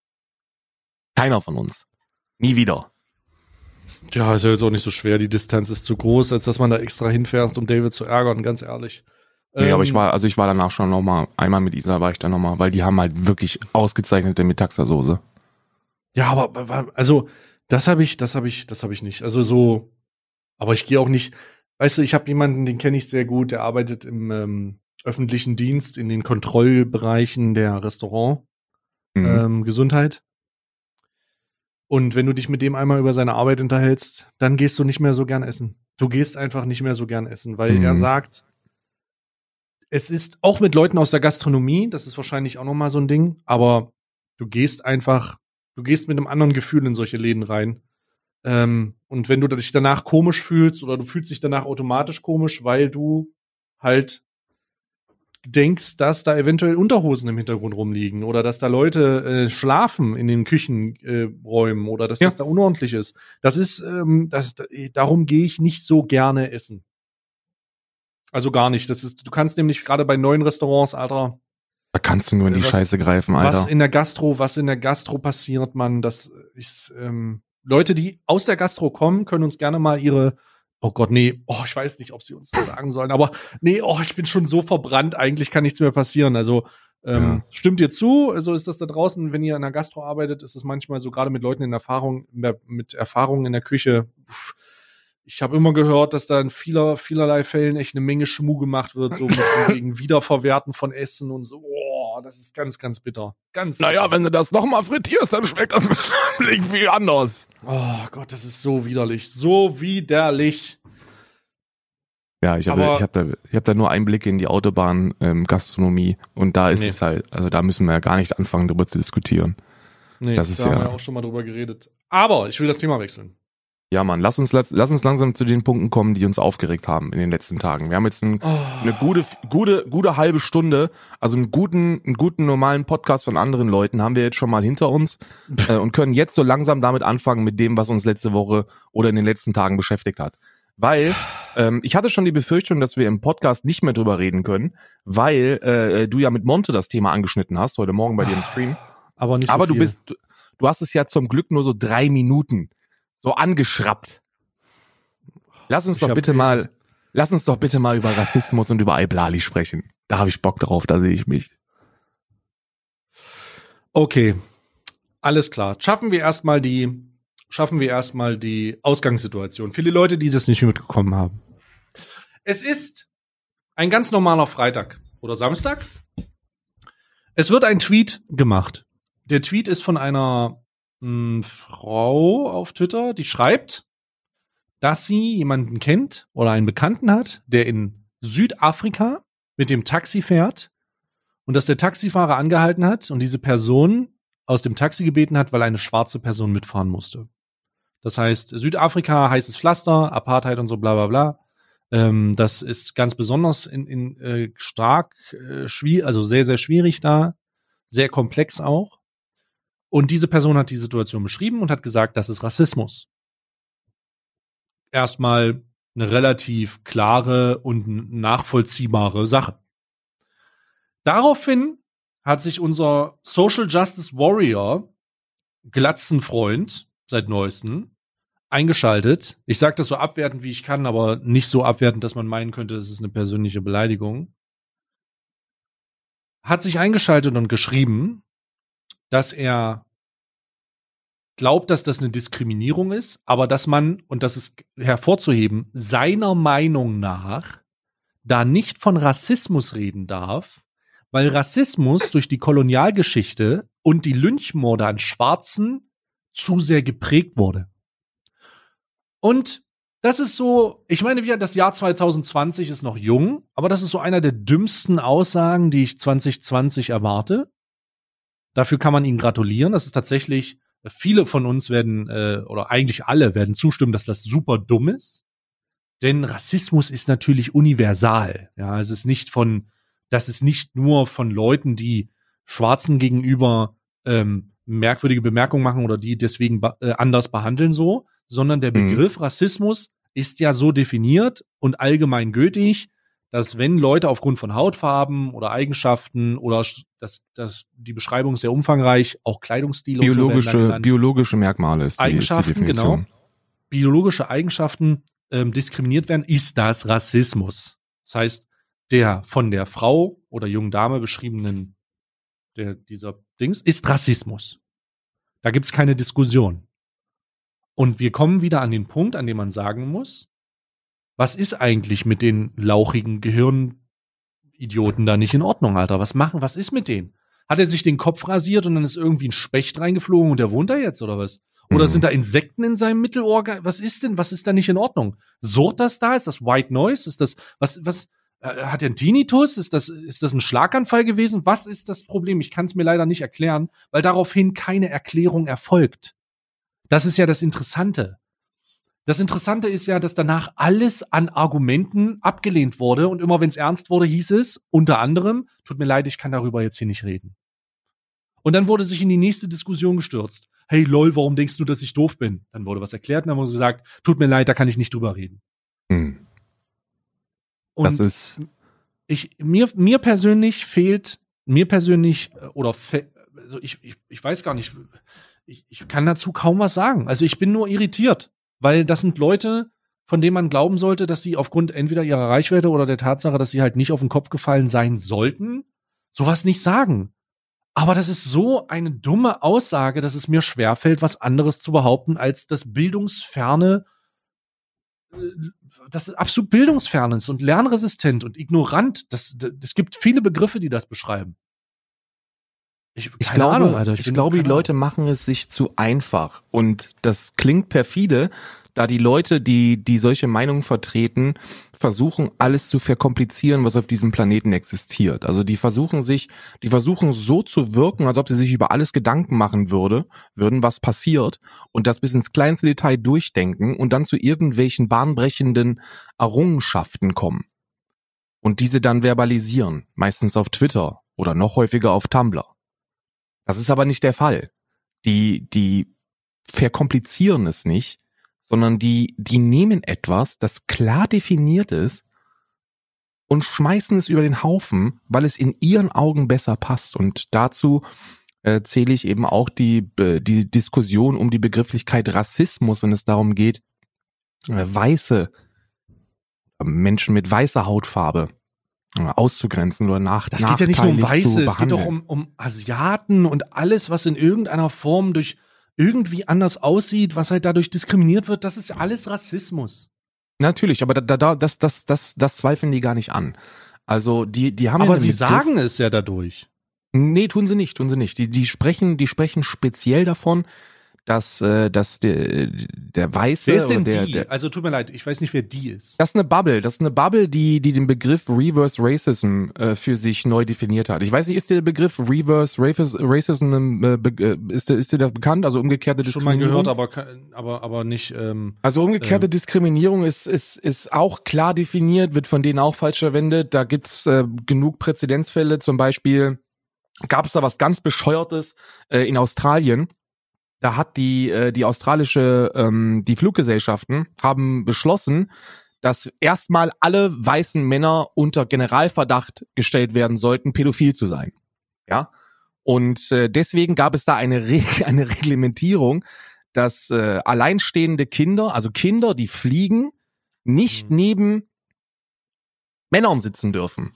S2: Keiner von uns. Nie wieder.
S1: Ja, ist ja jetzt auch nicht so schwer. Die Distanz ist zu groß, als dass man da extra hinfährst, um David zu ärgern, ganz ehrlich.
S2: Nee, ähm, aber ich war, also ich war danach schon nochmal, einmal mit Isa war ich da nochmal, weil die haben halt wirklich ausgezeichnete Metaxa-Soße.
S1: Ja, aber also das habe ich, das habe ich, das habe ich nicht. Also so, aber ich gehe auch nicht. Weißt du, ich habe jemanden, den kenne ich sehr gut, der arbeitet im ähm, öffentlichen Dienst in den Kontrollbereichen der Restaurant mhm. ähm, Gesundheit. Und wenn du dich mit dem einmal über seine Arbeit unterhältst, dann gehst du nicht mehr so gern essen. Du gehst einfach nicht mehr so gern essen, weil mhm. er sagt, es ist auch mit Leuten aus der Gastronomie, das ist wahrscheinlich auch nochmal so ein Ding, aber du gehst einfach Du gehst mit einem anderen Gefühl in solche Läden rein. Ähm, und wenn du dich danach komisch fühlst oder du fühlst dich danach automatisch komisch, weil du halt denkst, dass da eventuell Unterhosen im Hintergrund rumliegen oder dass da Leute äh, schlafen in den Küchenräumen äh, oder dass ja. das da unordentlich ist. Das ist, ähm, das, darum gehe ich nicht so gerne essen. Also gar nicht. Das ist, du kannst nämlich gerade bei neuen Restaurants, Alter,
S2: da kannst du nur in die was, Scheiße greifen, Alter.
S1: Was in der Gastro, was in der Gastro passiert, man, das ist, ähm, Leute, die aus der Gastro kommen, können uns gerne mal ihre, oh Gott, nee, oh, ich weiß nicht, ob sie uns das sagen sollen, aber nee, oh, ich bin schon so verbrannt, eigentlich kann nichts mehr passieren. Also, ähm, ja. Stimmt dir zu, also ist das da draußen, wenn ihr in der Gastro arbeitet, ist es manchmal so, gerade mit Leuten in Erfahrung, mit Erfahrung in der Küche, pff, ich habe immer gehört, dass da in vieler, vielerlei Fällen echt eine Menge Schmuh gemacht wird, so wegen Wiederverwerten von Essen und so. Oh, das ist ganz, ganz bitter. Ganz
S2: naja,
S1: bitter.
S2: Wenn du das nochmal frittierst, dann schmeckt das bestimmt viel anders.
S1: Oh Gott, das ist so widerlich. So widerlich.
S2: Ja, ich habe ich hab da, ich hab da nur Einblicke in die Autobahn-Gastronomie ähm, und da ist nee. es halt, also da müssen wir ja gar nicht anfangen, darüber zu diskutieren.
S1: Nee, das ist da ja, haben wir ja auch schon mal drüber geredet. Aber ich will das Thema wechseln.
S2: Ja, Mann, lass uns, lass uns langsam zu den Punkten kommen, die uns aufgeregt haben in den letzten Tagen. Wir haben jetzt ein, oh. eine gute, gute, gute halbe Stunde, also einen guten, einen guten normalen Podcast von anderen Leuten haben wir jetzt schon mal hinter uns äh, und können jetzt so langsam damit anfangen mit dem, was uns letzte Woche oder in den letzten Tagen beschäftigt hat. Weil ähm, ich hatte schon die Befürchtung, dass wir im Podcast nicht mehr drüber reden können, weil äh, du ja mit Monte das Thema angeschnitten hast, heute Morgen bei dir im Stream.
S1: Aber nicht so
S2: Aber
S1: viel.
S2: du bist, du, du hast es ja zum Glück nur so drei Minuten so angeschraubt. Lass uns ich doch bitte mal, lass uns doch bitte mal über Rassismus und über Iblali sprechen. Da habe ich Bock drauf, da sehe ich mich.
S1: Okay, alles klar. Schaffen wir erstmal die, schaffen wir erstmal die Ausgangssituation. Viele Leute, die das nicht mitbekommen haben. Es ist ein ganz normaler Freitag oder Samstag. Es wird ein Tweet gemacht. Der Tweet ist von einer mh, Frau auf Twitter, die schreibt, dass sie jemanden kennt oder einen Bekannten hat, der in Südafrika mit dem Taxi fährt und dass der Taxifahrer angehalten hat und diese Person aus dem Taxi gebeten hat, weil eine schwarze Person mitfahren musste. Das heißt, Südafrika, heißes Pflaster, Apartheid und so bla bla bla. Ähm, das ist ganz besonders in, in äh, stark, äh, schwierig, also sehr, sehr schwierig da, sehr komplex auch. Und diese Person hat die Situation beschrieben und hat gesagt, das ist Rassismus. Erstmal eine relativ klare und nachvollziehbare Sache. Daraufhin hat sich unser Social Justice Warrior, Glatzenfreund, seit neuestem, eingeschaltet. Ich sage das so abwertend, wie ich kann, aber nicht so abwertend, dass man meinen könnte, es ist eine persönliche Beleidigung. Hat sich eingeschaltet und geschrieben, dass er glaubt, dass das eine Diskriminierung ist, aber dass man, und das ist hervorzuheben, seiner Meinung nach da nicht von Rassismus reden darf, weil Rassismus durch die Kolonialgeschichte und die Lynchmorde an Schwarzen zu sehr geprägt wurde. Und das ist so, ich meine, wir, das Jahr zwanzig zwanzig ist noch jung, aber das ist so einer der dümmsten Aussagen, die ich zwanzig zwanzig erwarte. Dafür kann man ihm gratulieren. Das ist tatsächlich, viele von uns werden, äh, oder eigentlich alle werden zustimmen, dass das super dumm ist. Denn Rassismus ist natürlich universal. Ja, es ist nicht von, das ist nicht nur von Leuten, die Schwarzen gegenüber ähm, merkwürdige Bemerkungen machen oder die deswegen be- äh, anders behandeln so, sondern der Begriff mhm. Rassismus ist ja so definiert und allgemein gültig, dass wenn Leute aufgrund von Hautfarben oder Eigenschaften oder das, das, die Beschreibung ist sehr umfangreich, auch Kleidungsstile
S2: biologische,
S1: und so
S2: biologische Merkmale ist die,
S1: Eigenschaften,
S2: ist die Definition.
S1: Genau. Biologische Eigenschaften ähm, diskriminiert werden, ist das Rassismus. Das heißt, der von der Frau oder jungen Dame beschriebenen, der, dieser Dings, ist Rassismus. Da gibt's keine Diskussion. Und wir kommen wieder an den Punkt, an dem man sagen muss, was ist eigentlich mit den lauchigen Gehirnidioten da nicht in Ordnung, Alter? Was machen, was ist mit denen? Hat er sich den Kopf rasiert und dann ist irgendwie ein Specht reingeflogen und der wohnt da jetzt oder was? Oder mhm. sind da Insekten in seinem Mittelohr? Was ist denn, was ist da nicht in Ordnung? Surrt das da? Ist das White Noise? Ist das, was, was, äh, hat er einen Tinnitus? Ist das, ist das ein Schlaganfall gewesen? Was ist das Problem? Ich kann es mir leider nicht erklären, weil daraufhin keine Erklärung erfolgt. Das ist ja das Interessante. Das Interessante ist ja, dass danach alles an Argumenten abgelehnt wurde und immer wenn es ernst wurde, hieß es unter anderem, tut mir leid, ich kann darüber jetzt hier nicht reden. Und dann wurde sich in die nächste Diskussion gestürzt. Hey lol, warum denkst du, dass ich doof bin? Dann wurde was erklärt und dann wurde gesagt, tut mir leid, da kann ich nicht drüber reden.
S2: Hm.
S1: Und
S2: das ist
S1: ich mir mir persönlich fehlt mir persönlich oder fe- also ich, ich ich weiß gar nicht, ich ich kann dazu kaum was sagen. Also ich bin nur irritiert. Weil das sind Leute, von denen man glauben sollte, dass sie aufgrund entweder ihrer Reichweite oder der Tatsache, dass sie halt nicht auf den Kopf gefallen sein sollten, sowas nicht sagen. Aber das ist so eine dumme Aussage, dass es mir schwerfällt, was anderes zu behaupten, als das bildungsferne, das ist absolut bildungsfern ist und lernresistent und ignorant. Das, das, es gibt viele Begriffe, die das beschreiben.
S2: Ich, ich glaube, Ahnung, Alter. Ich, ich glaube, die Leute machen es sich zu einfach. Und das klingt perfide, da die Leute, die, die solche Meinungen vertreten, versuchen, alles zu verkomplizieren, was auf diesem Planeten existiert. Also die versuchen sich, die versuchen so zu wirken, als ob sie sich über alles Gedanken machen würde, würden, was passiert, und das bis ins kleinste Detail durchdenken und dann zu irgendwelchen bahnbrechenden Errungenschaften kommen. Und diese dann verbalisieren, meistens auf Twitter oder noch häufiger auf Tumblr. Das ist aber nicht der Fall. Die, die verkomplizieren es nicht, sondern die, die nehmen etwas, das klar definiert ist und schmeißen es über den Haufen, weil es in ihren Augen besser passt. Und dazu äh, zähle ich eben auch die, äh, die Diskussion um die Begrifflichkeit Rassismus, wenn es darum geht, äh, weiße äh, Menschen mit weißer Hautfarbe auszugrenzen oder nach,
S1: das geht ja nicht nur um Weiße,
S2: es
S1: geht doch um, um Asiaten und alles, was in irgendeiner Form durch irgendwie anders aussieht, was halt dadurch diskriminiert wird, das ist ja alles Rassismus.
S2: Natürlich, aber da, da, das, das, das, das zweifeln die gar nicht an. Also die, die haben
S1: aber
S2: ja
S1: sie sagen es ja dadurch.
S2: Nee, tun sie nicht, tun sie nicht. Die, die sprechen, die sprechen speziell davon, dass, äh, dass der, der Weiße.
S1: Wer ist denn
S2: der,
S1: die?
S2: Der,
S1: also tut mir leid, ich weiß nicht, wer die ist.
S2: Das ist eine Bubble. Das ist eine Bubble, die, die den Begriff Reverse Racism äh, für sich neu definiert hat. Ich weiß nicht, ist der Begriff Reverse Racism äh, be, ist der, ist der da bekannt? Also umgekehrte Diskriminierung.
S1: Schon mal gehört, aber aber aber nicht. Ähm,
S2: also umgekehrte
S1: äh,
S2: Diskriminierung ist ist ist auch klar definiert, wird von denen auch falsch verwendet. Da gibt's äh, genug Präzedenzfälle. Zum Beispiel gab es da was ganz Bescheuertes äh, in Australien. Da hat die äh, die australische ähm, die Fluggesellschaften haben beschlossen, dass erstmal alle weißen Männer unter Generalverdacht gestellt werden sollten, pädophil zu sein. Ja? Und äh, deswegen gab es da eine Re- eine Reglementierung, dass äh, alleinstehende Kinder, also Kinder, die fliegen, nicht mhm. neben Männern sitzen dürfen.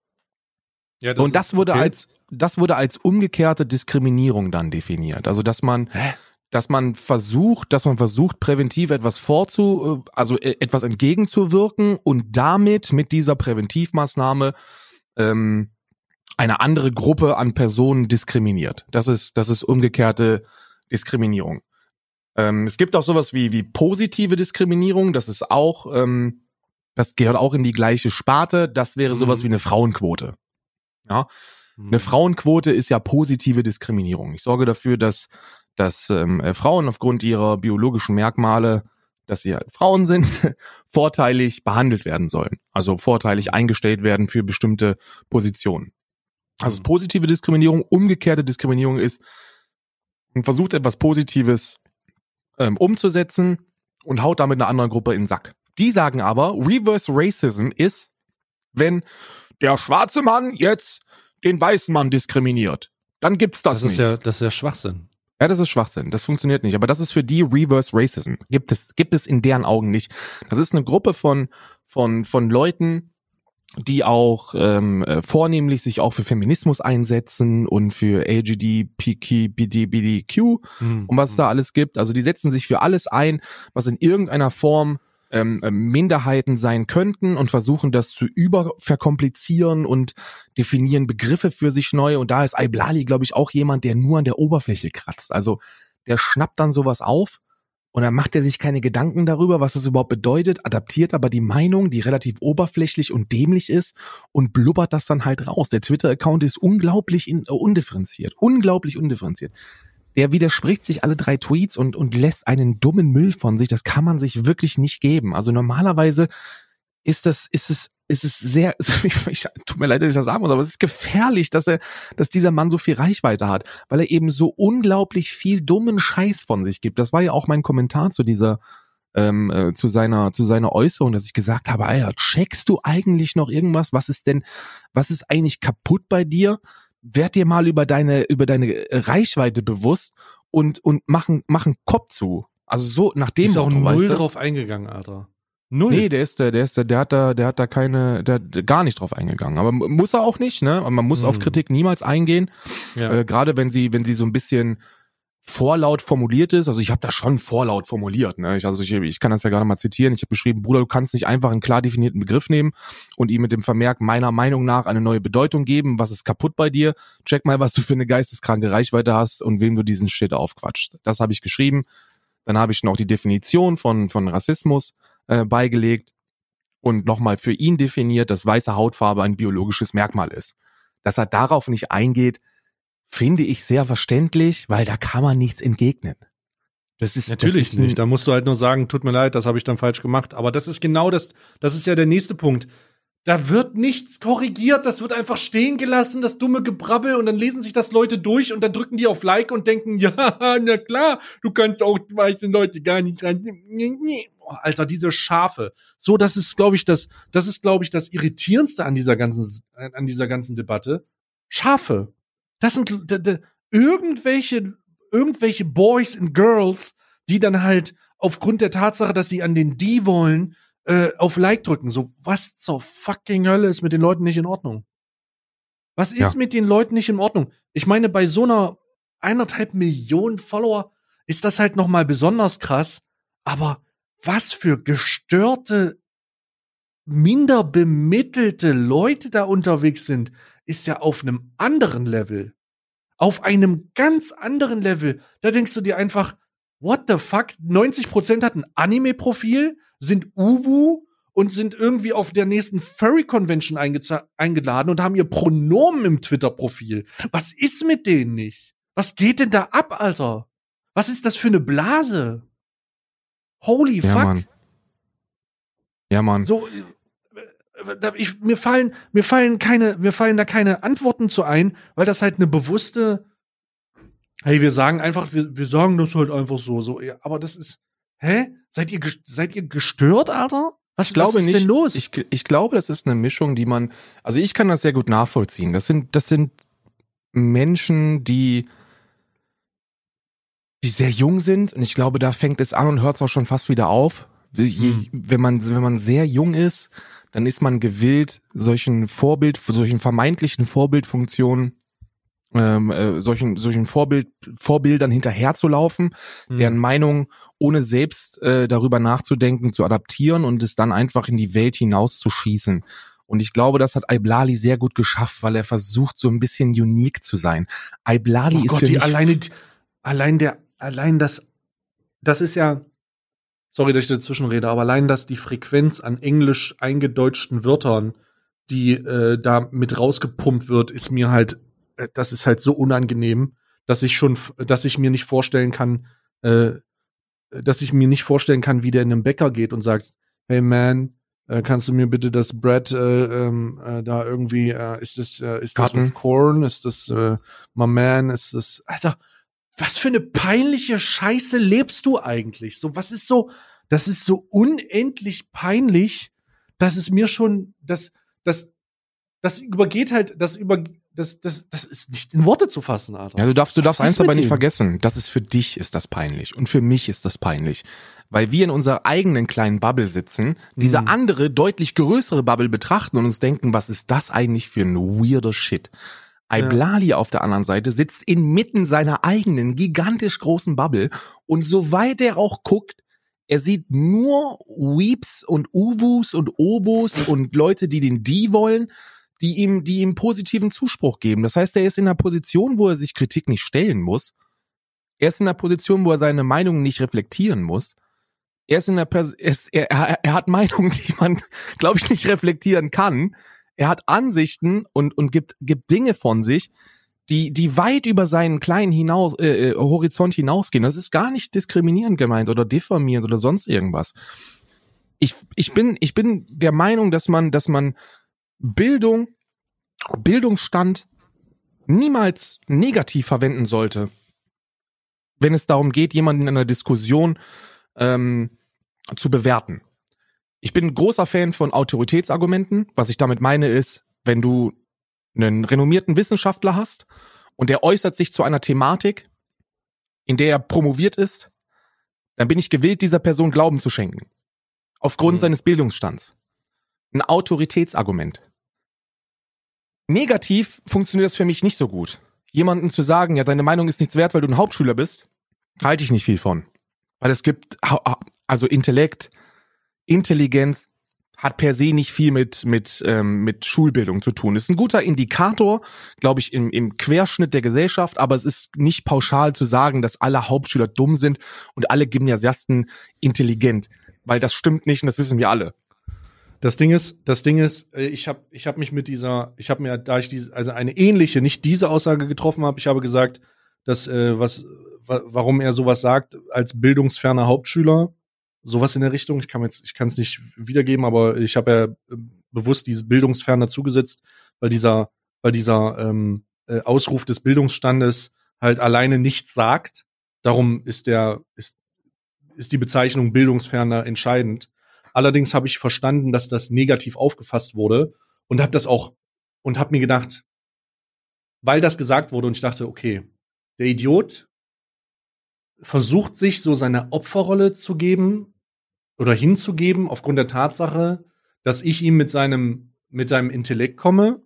S2: Ja, das Und das ist, wurde okay. als das wurde als umgekehrte Diskriminierung dann definiert. Also dass man Hä? dass man versucht, dass man versucht präventiv etwas vorzu, also etwas entgegenzuwirken und damit mit dieser Präventivmaßnahme ähm, eine andere Gruppe an Personen diskriminiert. Das ist das ist umgekehrte Diskriminierung. Ähm, es gibt auch sowas wie wie positive Diskriminierung. Das ist auch ähm, das gehört auch in die gleiche Sparte. Das wäre sowas mhm. wie eine Frauenquote. Ja. Eine Frauenquote ist ja positive Diskriminierung. Ich sorge dafür, dass, dass ähm, Frauen aufgrund ihrer biologischen Merkmale, dass sie halt Frauen sind, vorteilig behandelt werden sollen. Also vorteilig eingestellt werden für bestimmte Positionen. Also positive Diskriminierung, umgekehrte Diskriminierung ist, man versucht etwas Positives ähm, umzusetzen und haut damit einer anderen Gruppe in den Sack. Die sagen aber, Reverse Racism ist, wenn der schwarze Mann jetzt den weißen Mann diskriminiert. Dann gibt's das,
S1: das
S2: nicht.
S1: Ist ja, das ist ja Schwachsinn.
S2: Ja, das ist Schwachsinn. Das funktioniert nicht. Aber das ist für die Reverse Racism. Gibt es, gibt es in deren Augen nicht. Das ist eine Gruppe von, von, von Leuten, die auch ähm, äh, vornehmlich sich auch für Feminismus einsetzen und für L G B T Q mhm. und was es da alles gibt. Also die setzen sich für alles ein, was in irgendeiner Form Ähm, Minderheiten sein könnten und versuchen das zu überverkomplizieren und definieren Begriffe für sich neu. Und da ist Aiblali, glaube ich, auch jemand, der nur an der Oberfläche kratzt. Also der schnappt dann sowas auf und dann macht er sich keine Gedanken darüber, was das überhaupt bedeutet, adaptiert aber die Meinung, die relativ oberflächlich und dämlich ist und blubbert das dann halt raus. Der Twitter-Account ist unglaublich in, äh, undifferenziert, unglaublich undifferenziert. Der widerspricht sich alle drei Tweets und, und lässt einen dummen Müll von sich. Das kann man sich wirklich nicht geben. Also normalerweise ist das, ist es, ist es sehr, ich, tut mir leid, dass ich das sagen muss, aber es ist gefährlich, dass er, dass dieser Mann so viel Reichweite hat, weil er eben so unglaublich viel dummen Scheiß von sich gibt. Das war ja auch mein Kommentar zu dieser, ähm, äh, zu seiner, zu seiner Äußerung, dass ich gesagt habe, Alter, checkst du eigentlich noch irgendwas? Was ist denn, was ist eigentlich kaputt bei dir? Werd dir mal über deine über deine Reichweite bewusst und und machen machen Kopf zu. Also so nach dem
S1: ist auch
S2: Motto,
S1: null
S2: weißt du?
S1: drauf eingegangen, Alter. Null.
S2: Nee, der ist der, der ist der, der hat da, der hat da keine, der hat gar nicht drauf eingegangen. Aber muss er auch nicht, ne? Man muss hm. auf Kritik niemals eingehen. Ja. Äh, gerade wenn sie, wenn sie so ein bisschen vorlaut formuliert ist, also ich habe da schon vorlaut formuliert, ne? Ich, also ich, ich kann das ja gerade mal zitieren. Ich habe beschrieben, Bruder, du kannst nicht einfach einen klar definierten Begriff nehmen und ihm mit dem Vermerk meiner Meinung nach eine neue Bedeutung geben. Was ist kaputt bei dir? Check mal, was du für eine geisteskranke Reichweite hast und wem du diesen Shit aufquatscht. Das habe ich geschrieben. Dann habe ich noch die Definition von von Rassismus äh, beigelegt und nochmal für ihn definiert, dass weiße Hautfarbe ein biologisches Merkmal ist. Dass er darauf nicht eingeht, finde ich sehr verständlich, weil da kann man nichts entgegnen. Das ist
S1: natürlich
S2: das ist
S1: nicht. Da musst du halt nur sagen, tut mir leid, das habe ich dann falsch gemacht. Aber das ist genau das, das ist ja der nächste Punkt. Da wird nichts korrigiert, das wird einfach stehen gelassen, das dumme Gebrabbel, und dann lesen sich das Leute durch und dann drücken die auf Like und denken, ja, na klar, du kannst auch die weißen Leute gar nicht rein. Oh, Alter, diese Schafe. So, das ist, glaube ich, das, das ist, glaube ich, das Irritierendste an dieser ganzen, an dieser ganzen Debatte. Schafe. Das sind d- d- irgendwelche, irgendwelche Boys and Girls, die dann halt aufgrund der Tatsache, dass sie an den D wollen, äh, auf Like drücken. So, was zur fucking Hölle ist mit den Leuten nicht in Ordnung? Was ist
S2: Ja.
S1: mit den Leuten nicht in Ordnung? Ich meine, bei so einer eineinhalb Millionen Follower ist das halt noch mal besonders krass. Aber was für gestörte, minder bemittelte Leute da unterwegs sind, ist ja auf einem anderen Level. Auf einem ganz anderen Level. Da denkst du dir einfach, what the fuck? neunzig Prozent hat ein Anime-Profil, sind Uwu und sind irgendwie auf der nächsten Furry-Convention eingeladen und haben ihr Pronomen im Twitter-Profil. Was ist mit denen nicht? Was geht denn da ab, Alter? Was ist das für eine Blase? Holy
S2: Ja,
S1: fuck.
S2: Mann. Ja, Mann.
S1: So, ich, mir fallen, mir fallen keine, mir fallen da keine Antworten zu ein, weil das halt eine bewusste, hey, wir sagen einfach, wir, wir sagen das halt einfach so, so, ja, aber das ist, hä? Seid ihr, seid ihr gestört, Alter? Was,
S2: ich glaube
S1: was ist
S2: nicht,
S1: denn los?
S2: Ich, ich glaube, das ist eine Mischung, die man, also ich kann das sehr gut nachvollziehen. Das sind, das sind Menschen, die, die sehr jung sind, und ich glaube, da fängt es an und hört es auch schon fast wieder auf. Je,
S1: Hm.
S2: wenn man, wenn man sehr jung ist, dann ist man gewillt, solchen Vorbild, solchen vermeintlichen Vorbildfunktionen, ähm, äh, solchen, solchen Vorbild, Vorbildern hinterherzulaufen,
S1: Hm.
S2: deren Meinung ohne selbst äh, darüber nachzudenken, zu adaptieren und es dann einfach in die Welt hinauszuschießen. Und ich glaube, das hat Iblali sehr gut geschafft, weil er versucht, so ein bisschen unique zu sein. Iblali
S1: Oh
S2: ist
S1: Gott,
S2: für
S1: die
S2: mich
S1: alleine, allein der, allein das, das ist ja, sorry, dass ich dazwischen rede, aber allein, dass die Frequenz an englisch eingedeutschten Wörtern, die äh, da mit rausgepumpt wird, ist mir halt, äh, das ist halt so unangenehm, dass ich schon, dass ich mir nicht vorstellen kann, äh, dass ich mir nicht vorstellen kann, wie der in einem Bäcker geht und sagt, hey man, äh, kannst du mir bitte das Bread äh, ähm, äh, da irgendwie, äh, ist das, äh, ist das
S2: Karten.
S1: with corn, ist das, äh, my man, ist das, Alter, was für eine peinliche Scheiße lebst du eigentlich? So, was ist so, das ist so unendlich peinlich, dass es mir schon, das, das, das übergeht halt, das über, das, das, das ist nicht in Worte zu fassen, Alter.
S2: Ja, du darfst, du
S1: Was
S2: darfst
S1: ist
S2: eins
S1: mit
S2: aber nicht
S1: denen?
S2: vergessen. Das ist für dich ist das peinlich und für mich ist das peinlich. Weil wir in unserer eigenen kleinen Bubble sitzen, diese
S1: Mhm.
S2: andere, deutlich größere Bubble betrachten und uns denken, was ist das eigentlich für ein weirder Shit? Iblali auf der anderen Seite sitzt inmitten seiner eigenen, gigantisch großen Bubble und soweit er auch guckt, er sieht nur Weeps und Uwus und Obus und Leute, die den die wollen, die ihm, die ihm positiven Zuspruch geben. Das heißt, er ist in einer Position, wo er sich Kritik nicht stellen muss. Er ist in einer Position, wo er seine Meinung nicht reflektieren muss. Er ist in einer, Pers- er, ist, er, er er hat Meinungen, die man, glaube ich, nicht reflektieren kann. Er hat Ansichten und und gibt gibt Dinge von sich, die die weit über seinen kleinen hinaus äh, äh, Horizont hinausgehen. Das ist gar nicht diskriminierend gemeint oder diffamierend oder sonst irgendwas. Ich ich bin ich bin der Meinung, dass man dass man Bildung, Bildungsstand niemals negativ verwenden sollte, wenn es darum geht, jemanden in einer Diskussion ähm, zu bewerten. Ich bin ein großer Fan von Autoritätsargumenten. Was ich damit meine ist, wenn du einen renommierten Wissenschaftler hast und der äußert sich zu einer Thematik, in der er promoviert ist, dann bin ich gewillt, dieser Person Glauben zu schenken. Aufgrund
S1: Mhm.
S2: seines Bildungsstands. Ein Autoritätsargument. Negativ funktioniert das für mich nicht so gut. Jemandem zu sagen, ja, deine Meinung ist nichts wert, weil du ein Hauptschüler bist, halte ich nicht viel von. Weil es gibt, also Intellekt, Intelligenz hat per se nicht viel mit mit ähm, mit Schulbildung zu tun. Ist ein guter Indikator, glaube ich, im, im Querschnitt der Gesellschaft, aber es ist nicht pauschal zu sagen, dass alle Hauptschüler dumm sind und alle Gymnasiasten intelligent, weil das stimmt nicht und das wissen wir alle.
S1: Das Ding ist, das Ding ist, äh, ich habe ich hab mich mit dieser, ich habe mir, da ich diese, also eine ähnliche, nicht diese Aussage getroffen habe, ich habe gesagt, dass, äh, was, wa warum er sowas sagt, als bildungsferner Hauptschüler, sowas in der Richtung, ich kann jetzt, ich kann es nicht wiedergeben, aber ich habe ja äh, bewusst dieses bildungsfern dazugesetzt, weil dieser, weil dieser ähm, äh, Ausruf des Bildungsstandes halt alleine nichts sagt. Darum ist der, ist, ist die Bezeichnung bildungsferner entscheidend. Allerdings habe ich verstanden, dass das negativ aufgefasst wurde und habe das auch und habe mir gedacht, weil das gesagt wurde und ich dachte, okay, der Idiot versucht sich so seine Opferrolle zu geben oder hinzugeben aufgrund der Tatsache, dass ich ihm mit seinem, mit seinem Intellekt komme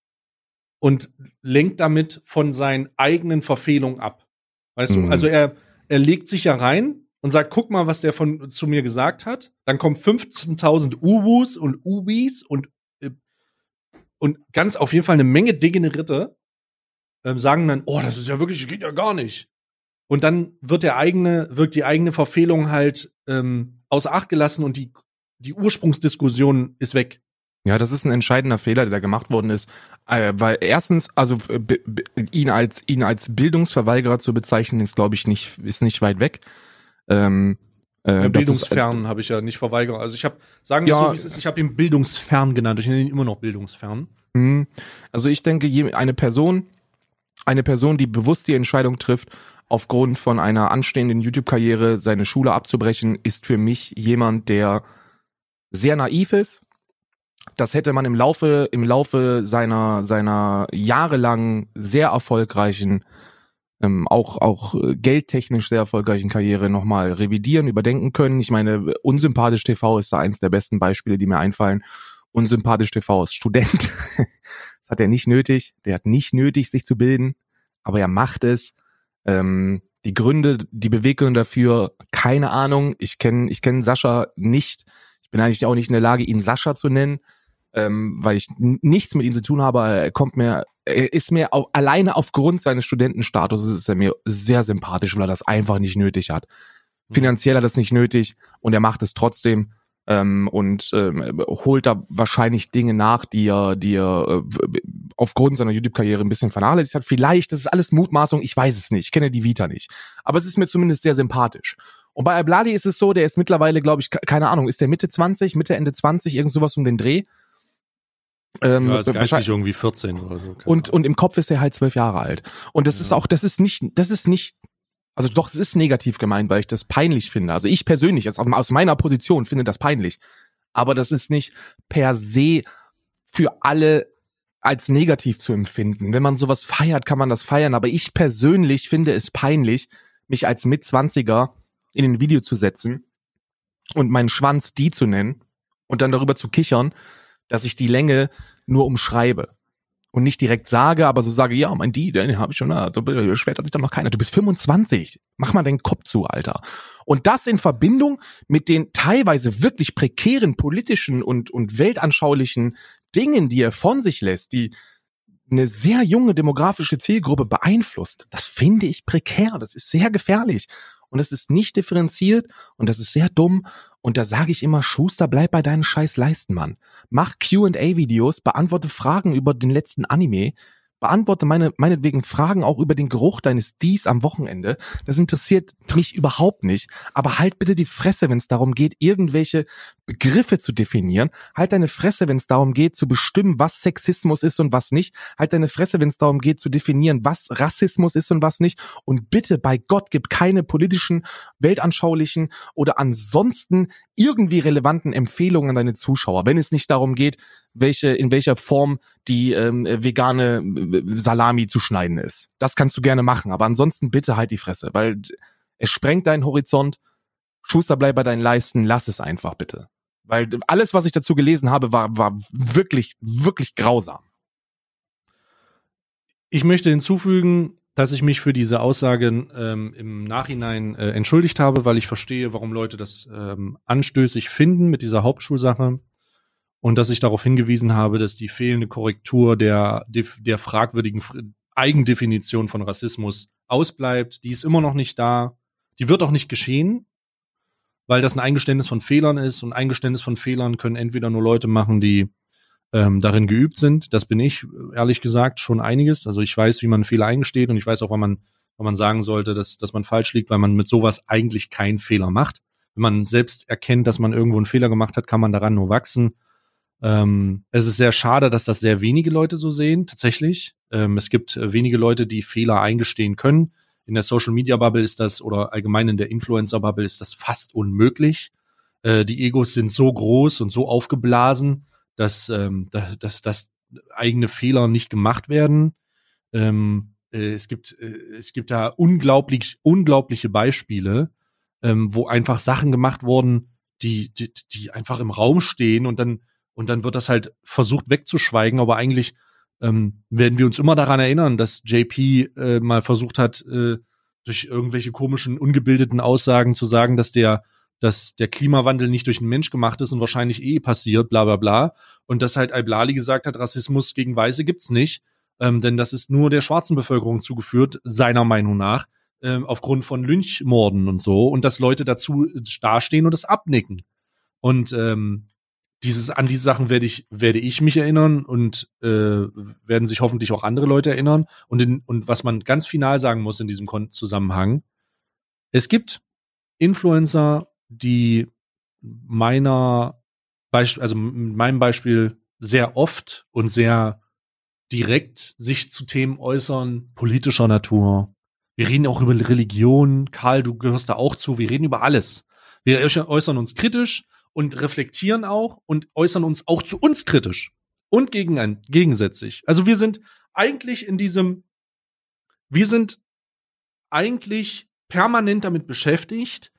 S1: und lenkt damit von seinen eigenen Verfehlungen ab. Weißt
S2: Mhm.
S1: du? Also er, er legt sich ja rein und sagt, guck mal, was der von zu mir gesagt hat. Dann kommen fünfzehntausend Ubus und Ubis und, äh, und ganz auf jeden Fall eine Menge Degenerierte ähm, sagen dann, oh, das ist ja wirklich, das geht ja gar nicht. Und dann wird der eigene, wird die eigene Verfehlung halt ähm, außer Acht gelassen und die, die Ursprungsdiskussion ist weg.
S2: Ja, das ist ein entscheidender Fehler, der da gemacht worden ist, äh, weil erstens, also äh, b- b- ihn als ihn als Bildungsverweigerer zu bezeichnen, ist, glaube ich, nicht ist nicht weit weg. Ähm, äh,
S1: Ja,
S2: das
S1: bildungsfern habe ich ja nicht verweigert. Also ich habe, sagen wir
S2: Ja.
S1: so, wie es ist, ich habe ihn bildungsfern genannt. Ich nenne ihn immer noch bildungsfern.
S2: Ist, also ich denke, je- eine Person, eine Person, die bewusst die Entscheidung trifft, aufgrund von einer anstehenden YouTube-Karriere seine Schule abzubrechen, ist für mich jemand, der sehr naiv ist. Das hätte man im Laufe, im Laufe seiner, seiner jahrelang sehr erfolgreichen, ähm, auch, auch äh, geldtechnisch sehr erfolgreichen Karriere nochmal revidieren, überdenken können. Ich meine, Unsympathisch T V ist da eins der besten Beispiele, die mir einfallen. Unsympathisch T V ist Student. Das hat er nicht nötig. Der hat nicht nötig, sich zu bilden, aber er macht es. Ähm, die Gründe, die Beweggründe dafür, keine Ahnung. Ich kenne, ich kenne Sascha nicht. Ich bin eigentlich auch nicht in der Lage, ihn Sascha zu nennen, ähm, weil ich n- nichts mit ihm zu tun habe. Er kommt mir, er ist mir auch, alleine aufgrund seines Studentenstatus ist er mir sehr sympathisch, weil er das einfach nicht nötig hat. Finanziell hat er das nicht nötig und er macht es trotzdem ähm, und ähm, holt da wahrscheinlich Dinge nach, die er, die er äh, aufgrund seiner YouTube-Karriere ein bisschen vernachlässigt hat. Vielleicht, das ist alles Mutmaßung, ich weiß es nicht, ich kenne die Vita nicht. Aber es ist mir zumindest sehr sympathisch. Und bei Al-Bladi ist es so, der ist mittlerweile, glaube ich, keine Ahnung, ist der Mitte zwanzig, Mitte, Ende zwanzig, irgend sowas um den Dreh. Ähm,
S1: Ja, ist geistig
S2: wahrscheinlich-
S1: irgendwie vierzehn oder so. keine
S2: und,
S1: Ahnung.
S2: und im Kopf ist er halt zwölf Jahre alt. Und das
S1: Ja.
S2: ist auch, das ist nicht, das ist nicht, also doch, das ist negativ gemeint, weil ich das peinlich finde. Also ich persönlich, also aus meiner Position, finde das peinlich. Aber das ist nicht per se für alle als negativ zu empfinden. Wenn man sowas feiert, kann man das feiern. Aber ich persönlich finde es peinlich, mich als Mitzwanziger in ein Video zu setzen und meinen Schwanz die zu nennen und dann darüber zu kichern, dass ich die Länge nur umschreibe. Und nicht direkt sage, aber so sage, ja, mein die, den habe ich schon, also beschwert hat sich doch noch keiner. Du bist fünfundzwanzig. Mach mal deinen Kopf zu, Alter. Und das in Verbindung mit den teilweise wirklich prekären politischen und, und weltanschaulichen Dingen, die er von sich lässt, die eine sehr junge demografische Zielgruppe beeinflusst. Das finde ich prekär. Das ist sehr gefährlich. Und das ist nicht differenziert und das ist sehr dumm. Und da sage ich immer, Schuster, bleib bei deinen scheiß Leisten, Mann. Mach Q and A-Videos, beantworte Fragen über den letzten Anime, beantworte meine, meinetwegen Fragen auch über den Geruch deines Dies am Wochenende. Das interessiert mich überhaupt nicht. Aber halt bitte die Fresse, wenn es darum geht, irgendwelche Begriffe zu definieren. Halt deine Fresse, wenn es darum geht, zu bestimmen, was Sexismus ist und was nicht. Halt deine Fresse, wenn es darum geht, zu definieren, was Rassismus ist und was nicht. Und bitte, bei Gott, gib keine politischen, weltanschaulichen oder ansonsten irgendwie relevanten Empfehlungen an deine Zuschauer, wenn es nicht darum geht, welche in welcher Form die ähm, vegane äh, Salami zu schneiden ist. Das kannst du gerne machen, aber ansonsten bitte halt die Fresse, weil es sprengt deinen Horizont. Schuster, bleib bei deinen Leisten, lass es einfach bitte. Weil alles, was ich dazu gelesen habe, war war wirklich, wirklich grausam.
S1: Ich möchte hinzufügen, dass ich mich für diese Aussage ähm, im Nachhinein äh, entschuldigt habe, weil ich verstehe, warum Leute das ähm, anstößig finden mit dieser Hauptschulsache und dass ich darauf hingewiesen habe, dass die fehlende Korrektur der der fragwürdigen Eigendefinition von Rassismus ausbleibt. Die ist immer noch nicht da. Die wird auch nicht geschehen, weil das ein Eingeständnis von Fehlern ist und Eingeständnis von Fehlern können entweder nur Leute machen, die ähm, darin geübt sind. Das bin ich, ehrlich gesagt, schon einiges. Also ich weiß, wie man Fehler eingesteht und ich weiß auch, wann man, wann man sagen sollte, dass, dass man falsch liegt, weil man mit sowas eigentlich keinen Fehler macht. Wenn man selbst erkennt, dass man irgendwo einen Fehler gemacht hat, kann man daran nur wachsen. Ähm, es ist sehr schade, dass das sehr wenige Leute so sehen, tatsächlich. Ähm, es gibt äh, wenige Leute, die Fehler eingestehen können. In der Social-Media-Bubble ist das, oder allgemein in der Influencer-Bubble ist das fast unmöglich. Äh, die Egos sind so groß und so aufgeblasen, dass, ähm, dass, dass, dass eigene Fehler nicht gemacht werden. Ähm, äh, es gibt, äh, es gibt da unglaublich, unglaubliche Beispiele, ähm, wo einfach Sachen gemacht wurden, die, die, die einfach im Raum stehen und dann, und dann wird das halt versucht wegzuschweigen, aber eigentlich ähm, werden wir uns immer daran erinnern, dass J P äh, mal versucht hat, äh, durch irgendwelche komischen, ungebildeten Aussagen zu sagen, dass der, dass der Klimawandel nicht durch einen Mensch gemacht ist und wahrscheinlich eh passiert, bla bla bla. Und dass halt Al-Blali gesagt hat, Rassismus gegen Weiße gibt's nicht, ähm, denn das ist nur der schwarzen Bevölkerung zugeführt, seiner Meinung nach, ähm, aufgrund von Lynchmorden und so. Und dass Leute dazu dastehen und das abnicken. Und ähm, dieses, an diese Sachen werde ich, werde ich mich erinnern und äh, werden sich hoffentlich auch andere Leute erinnern. Und, in, und was man ganz final sagen muss in diesem Zusammenhang, es gibt Influencer, die meiner Beispiel, also in meinem Beispiel sehr oft und sehr direkt sich zu Themen äußern, politischer Natur. Wir reden auch über Religion. Karl, du gehörst da auch zu. Wir reden über alles. Wir äußern uns kritisch und reflektieren auch und äußern uns auch zu uns kritisch und gegen, gegensätzlich. Also wir sind eigentlich in diesem, wir sind eigentlich permanent damit beschäftigt,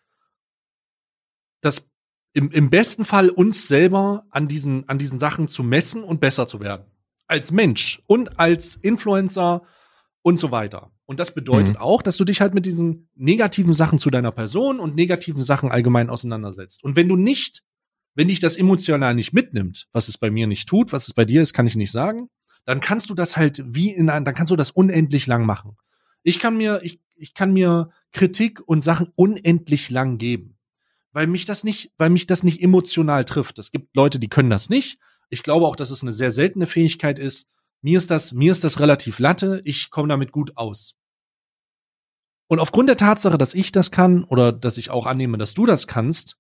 S1: dass im, im besten Fall uns selber an diesen, an diesen Sachen zu messen und besser zu werden. Als Mensch und als Influencer und so weiter. Und das bedeutet mhm. auch, dass du dich halt mit diesen negativen Sachen zu deiner Person und negativen Sachen allgemein auseinandersetzt. Und wenn du nicht, wenn dich das emotional nicht mitnimmt, was es bei mir nicht tut, was es bei dir ist, kann ich nicht sagen, dann kannst du das halt wie in ein, dann kannst du das unendlich lang machen. Ich kann mir, ich, ich kann mir Kritik und Sachen unendlich lang geben. Weil mich das nicht, weil mich das nicht emotional trifft. Es gibt Leute, die können das nicht. Ich glaube auch, dass es eine sehr seltene Fähigkeit ist. Mir ist das, mir ist das relativ Latte. Ich komme damit gut aus. Und aufgrund der Tatsache, dass ich das kann oder dass ich auch annehme, dass du das kannst,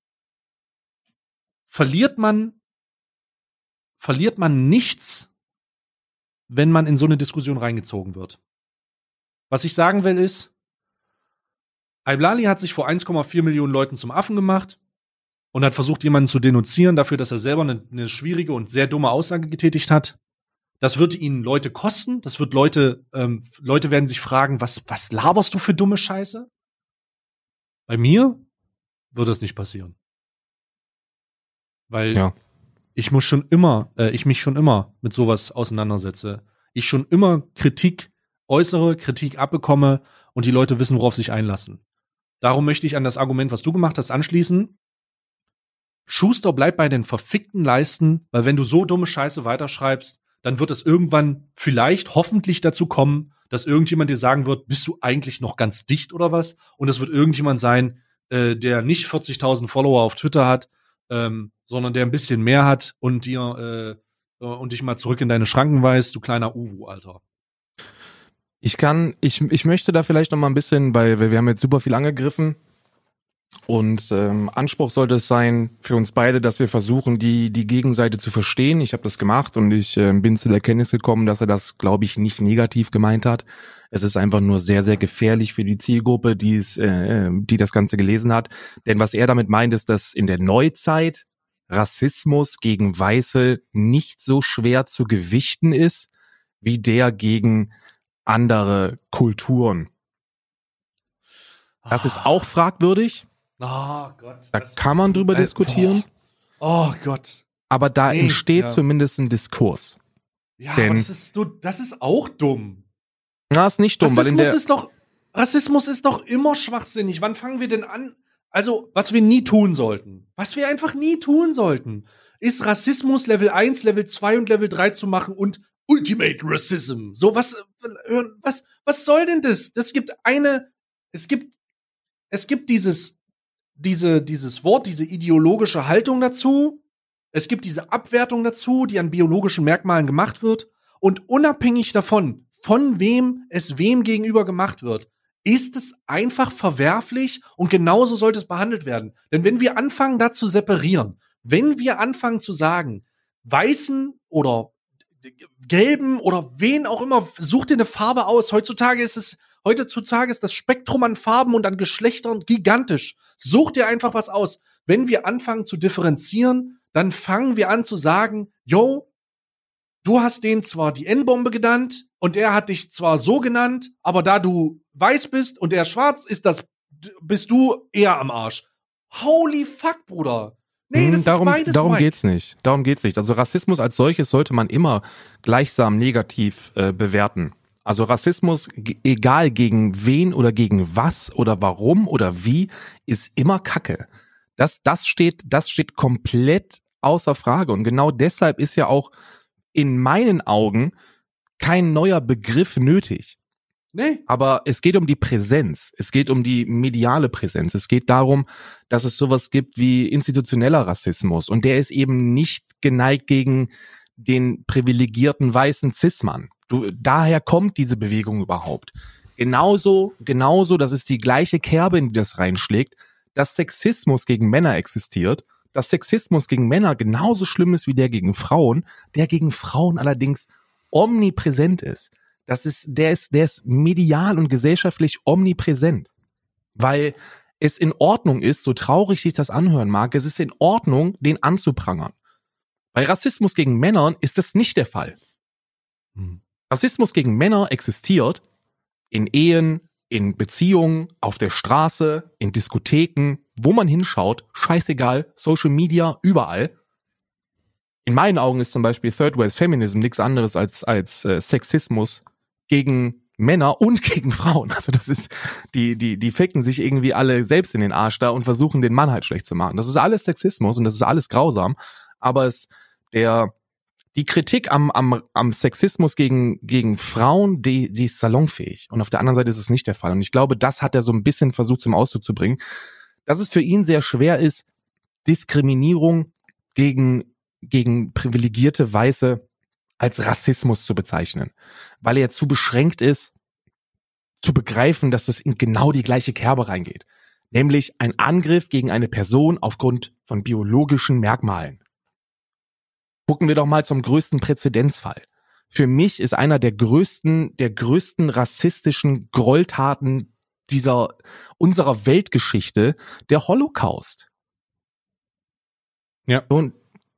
S1: verliert man, verliert man nichts, wenn man in so eine Diskussion reingezogen wird. Was ich sagen will ist, Al-Blali hat sich vor eins Komma vier Millionen Leuten zum Affen gemacht und hat versucht, jemanden zu denunzieren dafür, dass er selber eine, eine schwierige und sehr dumme Aussage getätigt hat. Das wird ihnen Leute kosten. Das wird Leute, ähm, Leute werden sich fragen, was, was laberst du für dumme Scheiße? Bei mir wird das nicht passieren. Weil ja. ich muss schon immer, äh, ich mich schon immer mit sowas auseinandersetze. Ich schon immer Kritik äußere, Kritik abbekomme und die Leute wissen, worauf sie sich einlassen. Darum möchte ich an das Argument, was du gemacht hast, anschließen. Schuster, bleib bei den verfickten Leisten, weil wenn du so dumme Scheiße weiterschreibst, dann wird es irgendwann vielleicht hoffentlich dazu kommen, dass irgendjemand dir sagen wird, bist du eigentlich noch ganz dicht oder was? Und es wird irgendjemand sein, äh, der nicht vierzigtausend Follower auf Twitter hat, ähm, sondern der ein bisschen mehr hat und dir äh, und dich mal zurück in deine Schranken weist, du kleiner Uwu, Alter.
S2: Ich kann, ich, ich möchte da vielleicht noch mal ein bisschen, weil wir haben jetzt super viel angegriffen und ähm, Anspruch sollte es sein für uns beide, dass wir versuchen, die die Gegenseite zu verstehen. Ich habe das gemacht und ich äh, bin zu der Erkenntnis gekommen, dass er das, glaube ich, nicht negativ gemeint hat. Es ist einfach nur sehr, sehr gefährlich für die Zielgruppe, die es, äh, die das Ganze gelesen hat. Denn was er damit meint, ist, dass in der Neuzeit Rassismus gegen Weiße nicht so schwer zu gewichten ist, wie der gegen andere Kulturen. Das ist auch fragwürdig.
S1: Oh Gott.
S2: Da kann man drüber äh, diskutieren.
S1: Oh, oh Gott.
S2: Aber da
S1: nee,
S2: entsteht
S1: ja. zumindest
S2: ein Diskurs.
S1: Ja, Denn, aber das ist, so, das ist auch dumm.
S2: Na, ist nicht dumm.
S1: Rassismus,
S2: weil in der
S1: ist doch, Rassismus ist doch immer schwachsinnig. Wann fangen wir denn an? Also, was wir nie tun sollten, was wir einfach nie tun sollten, ist Rassismus Level eins, Level zwei und Level drei zu machen und Ultimate Racism. So, was, was, was soll denn das? Das gibt eine, es gibt, es gibt dieses, diese, dieses Wort, diese ideologische Haltung dazu. Es gibt diese Abwertung dazu, die an biologischen Merkmalen gemacht wird. Und unabhängig davon, von wem es wem gegenüber gemacht wird, ist es einfach verwerflich und genauso sollte es behandelt werden. Denn wenn wir anfangen, da zu separieren, wenn wir anfangen zu sagen, Weißen oder Gelben oder wen auch immer, such dir eine Farbe aus. Heutzutage ist es, heutzutage ist das Spektrum an Farben und an Geschlechtern gigantisch. Such dir einfach was aus. Wenn wir anfangen zu differenzieren, dann fangen wir an zu sagen, yo, du hast den zwar die N-Bombe genannt und er hat dich zwar so genannt, aber da du weiß bist und er schwarz ist, das bist du eher am Arsch. Holy fuck, Bruder. Nee, das
S2: darum,
S1: ist beides
S2: darum
S1: Mike.
S2: geht's nicht. Darum geht's nicht. Also Rassismus als solches sollte man immer gleichsam negativ äh, bewerten. Also Rassismus, g- egal gegen wen oder gegen was oder warum oder wie, ist immer Kacke. Das, das steht, das steht komplett außer Frage. Und genau deshalb ist ja auch in meinen Augen kein neuer Begriff nötig.
S1: Nee.
S2: Aber es geht um die Präsenz. Es geht um die mediale Präsenz. Es geht darum, dass es sowas gibt wie institutioneller Rassismus. Und der ist eben nicht geneigt gegen den privilegierten weißen Cis-Mann. Du, daher kommt diese Bewegung überhaupt. Genauso, genauso, das ist die gleiche Kerbe, in die das reinschlägt, dass Sexismus gegen Männer existiert, dass Sexismus gegen Männer genauso schlimm ist wie der gegen Frauen, der gegen Frauen allerdings omnipräsent ist. Das ist, der ist, der ist medial und gesellschaftlich omnipräsent. Weil es in Ordnung ist, so traurig sich das anhören mag, es ist in Ordnung, den anzuprangern. Bei Rassismus gegen Männern ist das nicht der Fall.
S1: Hm.
S2: Rassismus gegen Männer existiert in Ehen, in Beziehungen, auf der Straße, in Diskotheken, wo man hinschaut, scheißegal, Social Media, überall. In meinen Augen ist zum Beispiel Third Wave Feminism nichts anderes als, als äh, Sexismus gegen Männer und gegen Frauen. Also das ist, die, die, die ficken sich irgendwie alle selbst in den Arsch da und versuchen den Mann halt schlecht zu machen. Das ist alles Sexismus und das ist alles grausam. Aber es, der, die Kritik am, am, am Sexismus gegen, gegen Frauen, die, die ist salonfähig. Und auf der anderen Seite ist es nicht der Fall. Und ich glaube, das hat er so ein bisschen versucht zum Ausdruck zu bringen, dass es für ihn sehr schwer ist, Diskriminierung gegen, gegen privilegierte Weiße als Rassismus zu bezeichnen, weil er zu beschränkt ist, zu begreifen, dass das in genau die gleiche Kerbe reingeht. Nämlich ein Angriff gegen eine Person aufgrund von biologischen Merkmalen. Gucken wir doch mal zum größten Präzedenzfall. Für mich ist einer der größten, der größten rassistischen Gräueltaten dieser, unserer Weltgeschichte der Holocaust.
S1: Ja.
S2: Und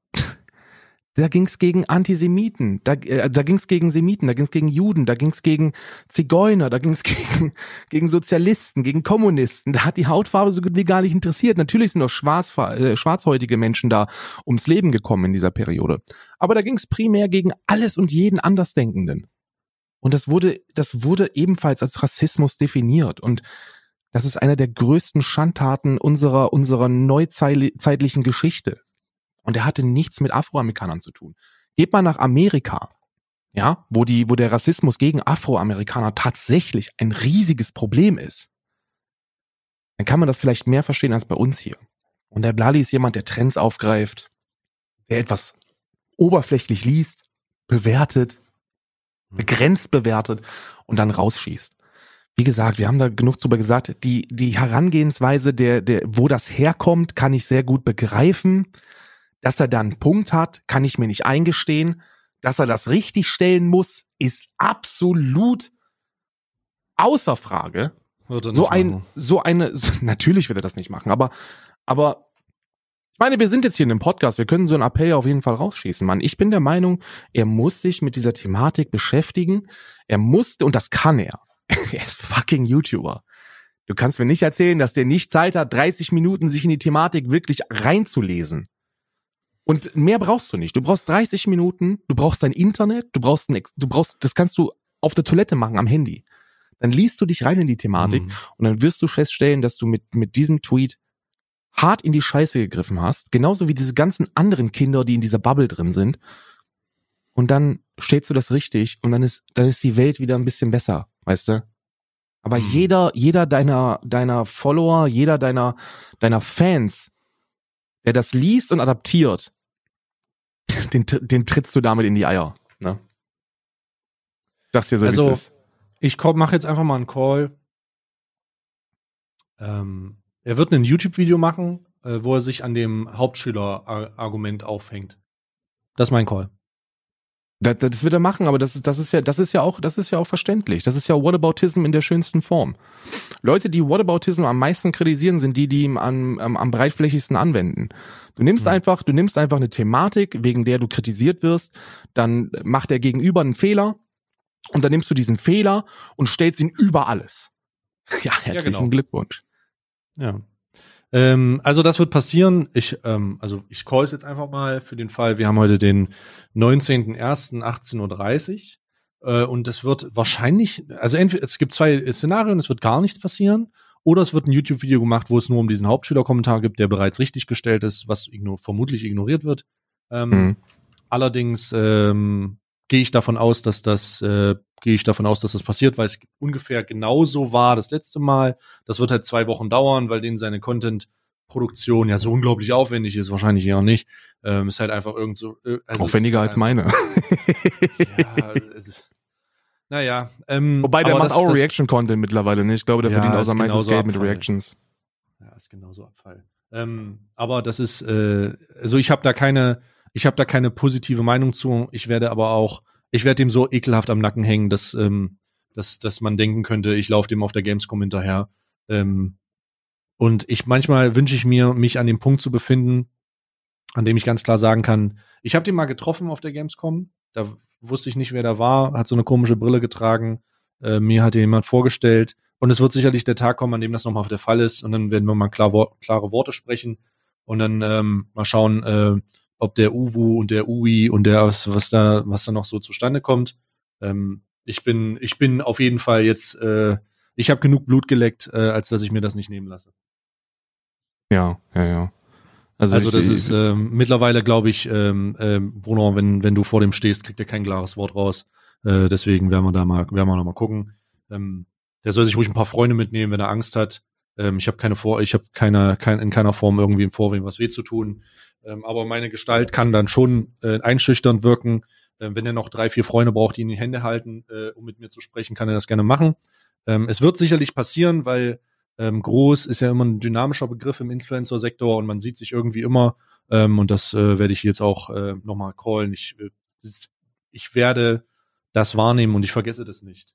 S2: da ging's gegen Antisemiten, da, äh, da ging's gegen Semiten, da ging's gegen Juden, da ging's gegen Zigeuner, da ging's gegen, gegen Sozialisten, gegen Kommunisten. Da hat die Hautfarbe so gut wie gar nicht interessiert. Natürlich sind auch schwarz, äh, schwarzhäutige Menschen da ums Leben gekommen in dieser Periode. Aber da ging's primär gegen alles und jeden Andersdenkenden. Und das wurde, das wurde ebenfalls als Rassismus definiert. Und das ist einer der größten Schandtaten unserer, unserer neuzeitlichen Geschichte. Und er hatte nichts mit Afroamerikanern zu tun. Geht mal nach Amerika, ja, wo die, wo der Rassismus gegen Afroamerikaner tatsächlich ein riesiges Problem ist. Dann kann man das vielleicht mehr verstehen als bei uns hier. Und der Blali ist jemand, der Trends aufgreift, der etwas oberflächlich liest, bewertet, begrenzt bewertet und dann rausschießt. Wie gesagt, wir haben da genug drüber gesagt, die, die Herangehensweise, der, der, wo das herkommt, kann ich sehr gut begreifen. Dass er da einen Punkt hat, kann ich mir nicht eingestehen. Dass er das richtig stellen muss, ist absolut außer Frage.
S1: Wird er nicht
S2: So ein,
S1: machen.
S2: so eine, so, natürlich wird er das nicht machen, aber, aber, ich meine, wir sind jetzt hier in einem Podcast, wir können so einen Appell auf jeden Fall rausschießen, Mann. Ich bin der Meinung, er muss sich mit dieser Thematik beschäftigen. Er muss, und das kann er. Er ist fucking YouTuber. Du kannst mir nicht erzählen, dass der nicht Zeit hat, dreißig Minuten sich in die Thematik wirklich reinzulesen. Und mehr brauchst du nicht. Du brauchst dreißig Minuten, du brauchst dein Internet, du brauchst ein, du brauchst, das kannst du auf der Toilette machen am Handy. Dann liest du dich rein in die Thematik mhm. und dann wirst du feststellen, dass du mit, mit diesem Tweet hart in die Scheiße gegriffen hast. Genauso wie diese ganzen anderen Kinder, die in dieser Bubble drin sind. Und dann stellst du das richtig und dann ist, dann ist die Welt wieder ein bisschen besser, weißt du? Aber mhm. jeder, jeder deiner, deiner Follower, jeder deiner, deiner Fans, der das liest und adaptiert, den, den trittst du damit in die Eier. Ne? Sag's dir so,
S1: also,
S2: wie es ist.
S1: Ich mache jetzt einfach mal einen Call. Ähm, er wird ein YouTube-Video machen, äh, wo er sich an dem Hauptschüler-Argument aufhängt. Das ist mein Call.
S2: Das, das wird er machen, aber das ist, das ist ja, das ist ja auch, das ist ja auch verständlich. Das ist ja Whataboutism in der schönsten Form. Leute, die Whataboutism am meisten kritisieren, sind die, die ihn am, am, am breitflächigsten anwenden. Du nimmst mhm. einfach, du nimmst einfach eine Thematik, wegen der du kritisiert wirst, dann macht der Gegenüber einen Fehler und dann nimmst du diesen Fehler und stellst ihn über alles. Ja, herzlichen
S1: ja, genau.
S2: Glückwunsch.
S1: Ja. Ähm, also das wird passieren. Ich, ähm, also ich call es jetzt einfach mal für den Fall. Wir haben heute den neunzehnten ersten achtzehn Uhr dreißig äh, und es wird wahrscheinlich, also entweder es gibt zwei Szenarien, es wird gar nichts passieren oder es wird ein YouTube-Video gemacht, wo es nur um diesen Hauptschülerkommentar gibt, der bereits richtig gestellt ist, was igno- vermutlich ignoriert wird. Ähm,
S2: Mhm.
S1: Allerdings ähm, gehe ich davon aus, dass das äh, gehe ich davon aus, dass das passiert, weil es ungefähr genauso war das letzte Mal. Das wird halt zwei Wochen dauern, weil denen seine Content-Produktion ja so unglaublich aufwendig ist, wahrscheinlich eher nicht. Ähm, ist halt einfach irgend so äh, also
S2: Aufwendiger
S1: es
S2: als
S1: ist
S2: meine.
S1: ja, also, naja. Ähm,
S2: Wobei, der
S1: aber
S2: macht
S1: das,
S2: auch
S1: das,
S2: Reaction-Content mittlerweile, ne? Ich glaube, der
S1: Ja,
S2: verdient auch
S1: ist
S2: am meisten
S1: genauso
S2: Geld mit
S1: Abfall.
S2: Reactions.
S1: Ja, ist genauso Abfall. Ähm, aber das ist, äh, also ich habe da keine, ich habe da keine positive Meinung zu. Ich werde aber auch, ich werde dem so ekelhaft am Nacken hängen, dass, ähm, dass, dass man denken könnte, ich laufe dem auf der Gamescom hinterher. Ähm, und ich manchmal wünsche ich mir, mich an dem Punkt zu befinden, an dem ich ganz klar sagen kann, ich habe den mal getroffen auf der Gamescom. Da wusste ich nicht, wer da war, hat so eine komische Brille getragen. Äh, mir hat jemand vorgestellt. Und es wird sicherlich der Tag kommen, an dem das nochmal der Fall ist. Und dann werden wir mal klar, wo, klare Worte sprechen. Und dann ähm, mal schauen, äh, ob der Uwu und der Uwi und der, was, was da, was da noch so zustande kommt. Ähm, ich bin, ich bin auf jeden Fall jetzt, äh, ich habe genug Blut geleckt, äh, als dass ich mir das nicht nehmen lasse.
S2: Ja, ja, ja. Also,
S1: Also
S2: ich,
S1: das ist ähm, mittlerweile, glaube ich, ähm, ähm, Bruno, wenn wenn du vor dem stehst, kriegt er kein klares Wort raus. Äh, deswegen werden wir da mal, werden wir noch mal gucken. Ähm, der soll sich ruhig ein paar Freunde mitnehmen, wenn er Angst hat. Ähm, ich habe keine vor, ich habe keine, kein, in keiner Form irgendwie vor, wem was weh zu tun. Ähm, aber meine Gestalt kann dann schon äh, einschüchternd wirken. Ähm, wenn er noch drei, vier Freunde braucht, die ihn in die Hände halten, äh, um mit mir zu sprechen, kann er das gerne machen. Ähm, es wird sicherlich passieren, weil ähm, groß ist ja immer ein dynamischer Begriff im Influencer-Sektor und man sieht sich irgendwie immer. Ähm, und das äh, werde ich jetzt auch äh, nochmal callen. Ich, äh, das, ich werde das wahrnehmen und ich vergesse das nicht.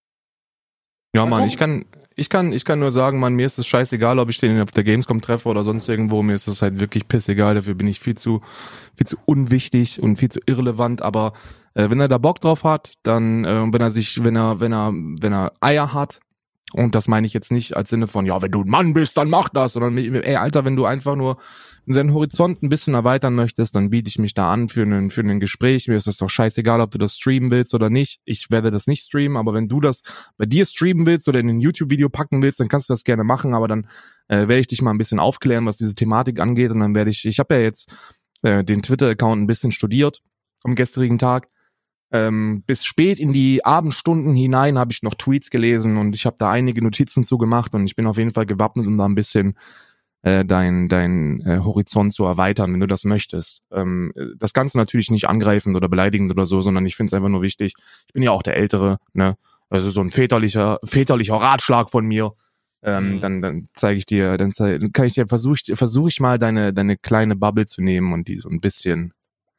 S2: ja,
S1: Mal
S2: Mann,
S1: gucken.
S2: ich kann, ich kann, ich kann nur sagen, Mann, mir ist es scheißegal, ob ich den auf der Gamescom treffe oder sonst irgendwo. Mir ist es halt wirklich pissegal. Dafür bin ich viel zu, viel zu unwichtig und viel zu irrelevant. Aber äh, wenn er da Bock drauf hat, dann, äh, wenn er sich, wenn er, wenn er, wenn er Eier hat, und das meine ich jetzt nicht als Sinne von, ja, wenn du ein Mann bist, dann mach das, sondern ey, Alter, wenn du einfach nur seinen Horizont ein bisschen erweitern möchtest, dann biete ich mich da an für ein für ein Gespräch. Mir ist das doch scheißegal, ob du das streamen willst oder nicht. Ich werde das nicht streamen, aber wenn du das bei dir streamen willst oder in ein YouTube-Video packen willst, dann kannst du das gerne machen, aber dann äh, werde ich dich mal ein bisschen aufklären, was diese Thematik angeht und dann werde ich, ich habe ja jetzt äh, den Twitter-Account ein bisschen studiert am gestrigen Tag. Ähm, bis spät in die Abendstunden hinein habe ich noch Tweets gelesen und ich habe da einige Notizen zu gemacht und ich bin auf jeden Fall gewappnet, um da ein bisschen äh, dein, dein äh, Horizont zu erweitern, wenn du das möchtest. Ähm, das Ganze natürlich nicht angreifend oder beleidigend oder so, sondern ich finde es einfach nur wichtig. Ich bin ja auch der Ältere, ne? Also so ein väterlicher, väterlicher Ratschlag von mir. Ähm,
S1: Mhm.
S2: Dann, dann zeige ich dir, dann zeig, kann ich dir, versuche ich, versuch ich mal deine, deine kleine Bubble zu nehmen und die so ein bisschen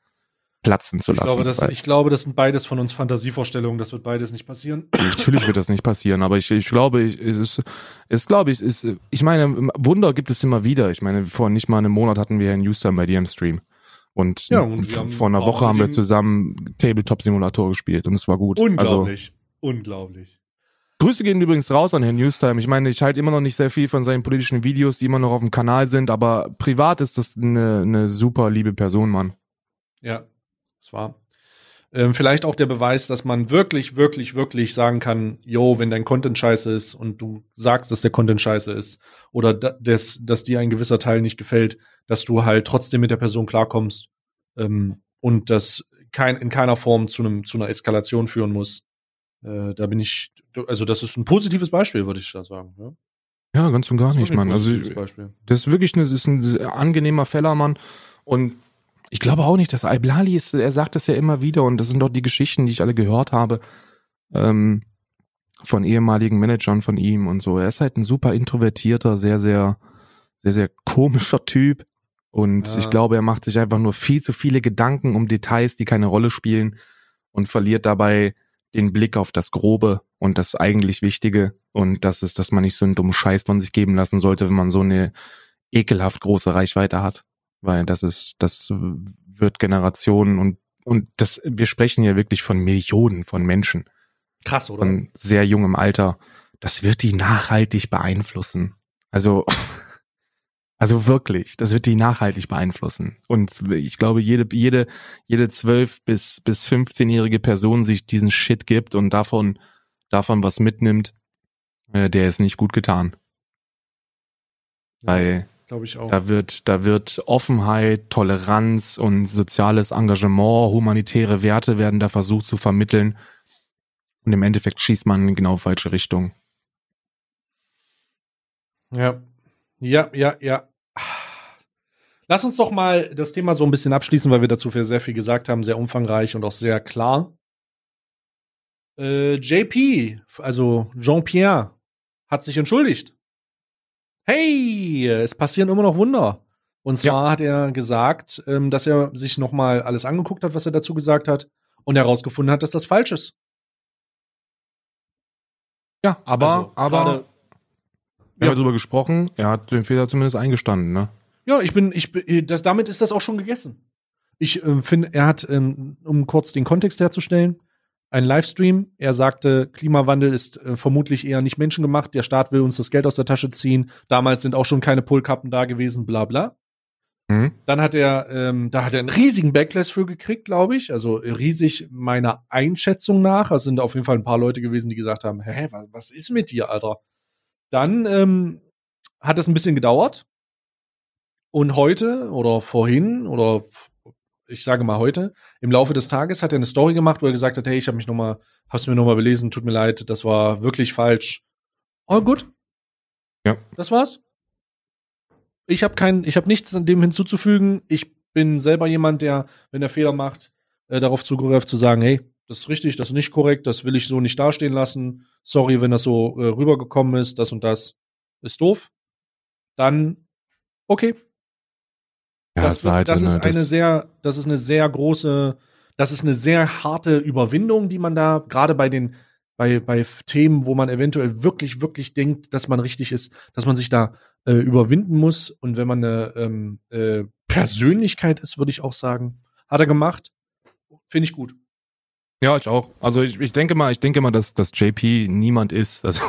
S2: platzen zu
S1: Ich
S2: lassen.
S1: glaube, das,
S2: weil-
S1: ich glaube, das sind beides von uns Fantasievorstellungen. Das wird beides nicht passieren.
S2: Natürlich wird das nicht passieren, aber ich, ich glaube, ich, es ist, es glaube ich, ist, ich meine, Wunder gibt es immer wieder. Ich meine, vor nicht mal einem Monat hatten wir Herrn Newstime bei dir im Stream. Und,
S1: Ja, und wir haben
S2: vor einer
S1: ein paar
S2: Woche
S1: Mal
S2: haben
S1: mit
S2: wir
S1: ihm-
S2: zusammen Tabletop-Simulator gespielt und es war gut. Also,
S1: Unglaublich. Unglaublich.
S2: Grüße gehen übrigens raus an Herrn Newstime. Ich meine, ich halte immer noch nicht sehr viel von seinen politischen Videos, die immer noch auf dem Kanal sind, aber privat ist das eine, eine super liebe Person, Mann.
S1: Ja, das war. Ähm, vielleicht auch der Beweis, dass man wirklich, wirklich, wirklich sagen kann, yo, wenn dein Content scheiße ist und du sagst, dass der Content scheiße ist oder da, des, dass dir ein gewisser Teil nicht gefällt, dass du halt trotzdem mit der Person klarkommst ähm, und das kein, in keiner Form zu einem zu einer Eskalation führen muss. Äh, da bin ich, also das ist ein positives Beispiel, würde ich da sagen. Ja?
S2: Ja, ganz und gar
S1: Das ist
S2: nicht,
S1: wirklich ein
S2: Mann. Also
S1: positives Beispiel.
S2: das ist wirklich eine, das ist ein sehr angenehmer Feller, Mann. Und ich glaube auch nicht, dass Al-Blali ist, er sagt das ja immer wieder und das sind doch die Geschichten, die ich alle gehört habe, ähm, von ehemaligen Managern von ihm und so. Er ist halt ein super introvertierter, sehr, sehr, sehr, sehr komischer Typ und
S1: Ja.
S2: ich glaube, er macht sich einfach nur viel zu viele Gedanken um Details, die keine Rolle spielen und verliert dabei den Blick auf das Grobe und das eigentlich Wichtige und das ist, dass man nicht so einen dummen Scheiß von sich geben lassen sollte, wenn man so eine ekelhaft große Reichweite hat. Weil das ist, das wird Generationen und, und das, wir sprechen ja wirklich von Millionen von Menschen.
S1: Krass, oder?
S2: Von sehr jungem Alter. Das wird die nachhaltig beeinflussen. Also, Also wirklich, das wird die nachhaltig beeinflussen. Und ich glaube, jede, jede, jede zwölf bis, bis fünfzehnjährige Person sich diesen Shit gibt und davon, davon was mitnimmt, äh, der ist nicht gut getan. Ja, weil,
S1: glaube ich auch.
S2: Da wird, da wird Offenheit, Toleranz und soziales Engagement, humanitäre Werte werden da versucht zu vermitteln. Und im Endeffekt schießt man in genau falsche Richtung.
S1: Ja, ja, ja, ja. Lass uns doch mal das Thema so ein bisschen abschließen, weil wir dazu sehr viel gesagt haben, sehr umfangreich und auch sehr klar. Äh, J P, also Jean-Pierre, hat sich entschuldigt. Hey, es passieren immer noch Wunder. Und zwar ja. hat er gesagt, ähm, dass er sich noch mal alles angeguckt hat, was er dazu gesagt hat, und herausgefunden hat, dass das falsch ist.
S2: Ja, aber,
S1: also,
S2: aber
S1: grade,
S2: wir ja. haben darüber gesprochen, er hat den Fehler zumindest eingestanden, ne?
S1: Ja, ich bin, ich bin, das, damit ist das auch schon gegessen. Ich äh, finde, er hat, ähm, um kurz den Kontext herzustellen, einen Livestream. Er sagte, Klimawandel ist äh, vermutlich eher nicht menschengemacht. Der Staat will uns das Geld aus der Tasche ziehen. Damals sind auch schon keine Polkappen da gewesen, bla bla. Mhm. Dann hat er, ähm, da hat er einen riesigen Backlash für gekriegt, glaube ich. Also riesig meiner Einschätzung nach. Es sind auf jeden Fall ein paar Leute gewesen, die gesagt haben, hä, was, was ist mit dir, Alter? Dann ähm, hat es ein bisschen gedauert. Und heute oder vorhin oder ich sage mal heute, im Laufe des Tages hat er eine Story gemacht, wo er gesagt hat, hey, ich habe mich nochmal, hab's mir nochmal belesen, tut mir leid, das war wirklich falsch. Oh, gut.
S2: Ja.
S1: Das war's. Ich habe kein, ich habe nichts dem hinzuzufügen. Ich bin selber jemand, der, wenn er Fehler macht, äh, darauf zugreift zu sagen, hey, das ist richtig, das ist nicht korrekt, das will ich so nicht dastehen lassen. Sorry, wenn das so äh, rübergekommen ist, das und das ist doof. Dann, okay.
S2: Ja,
S1: das,
S2: das, halt
S1: das
S2: so
S1: ist
S2: eine,
S1: eine
S2: das
S1: sehr, das ist eine sehr große, das ist eine sehr harte Überwindung, die man da gerade bei den, bei bei Themen, wo man eventuell wirklich, wirklich denkt, dass man richtig ist, dass man sich da äh, überwinden muss. Und wenn man eine ähm, äh, Persönlichkeit ist, würde ich auch sagen, hat er gemacht, finde ich gut.
S2: Ja, ich auch. Also ich, ich denke mal, ich denke mal, dass dass J P niemand ist. Also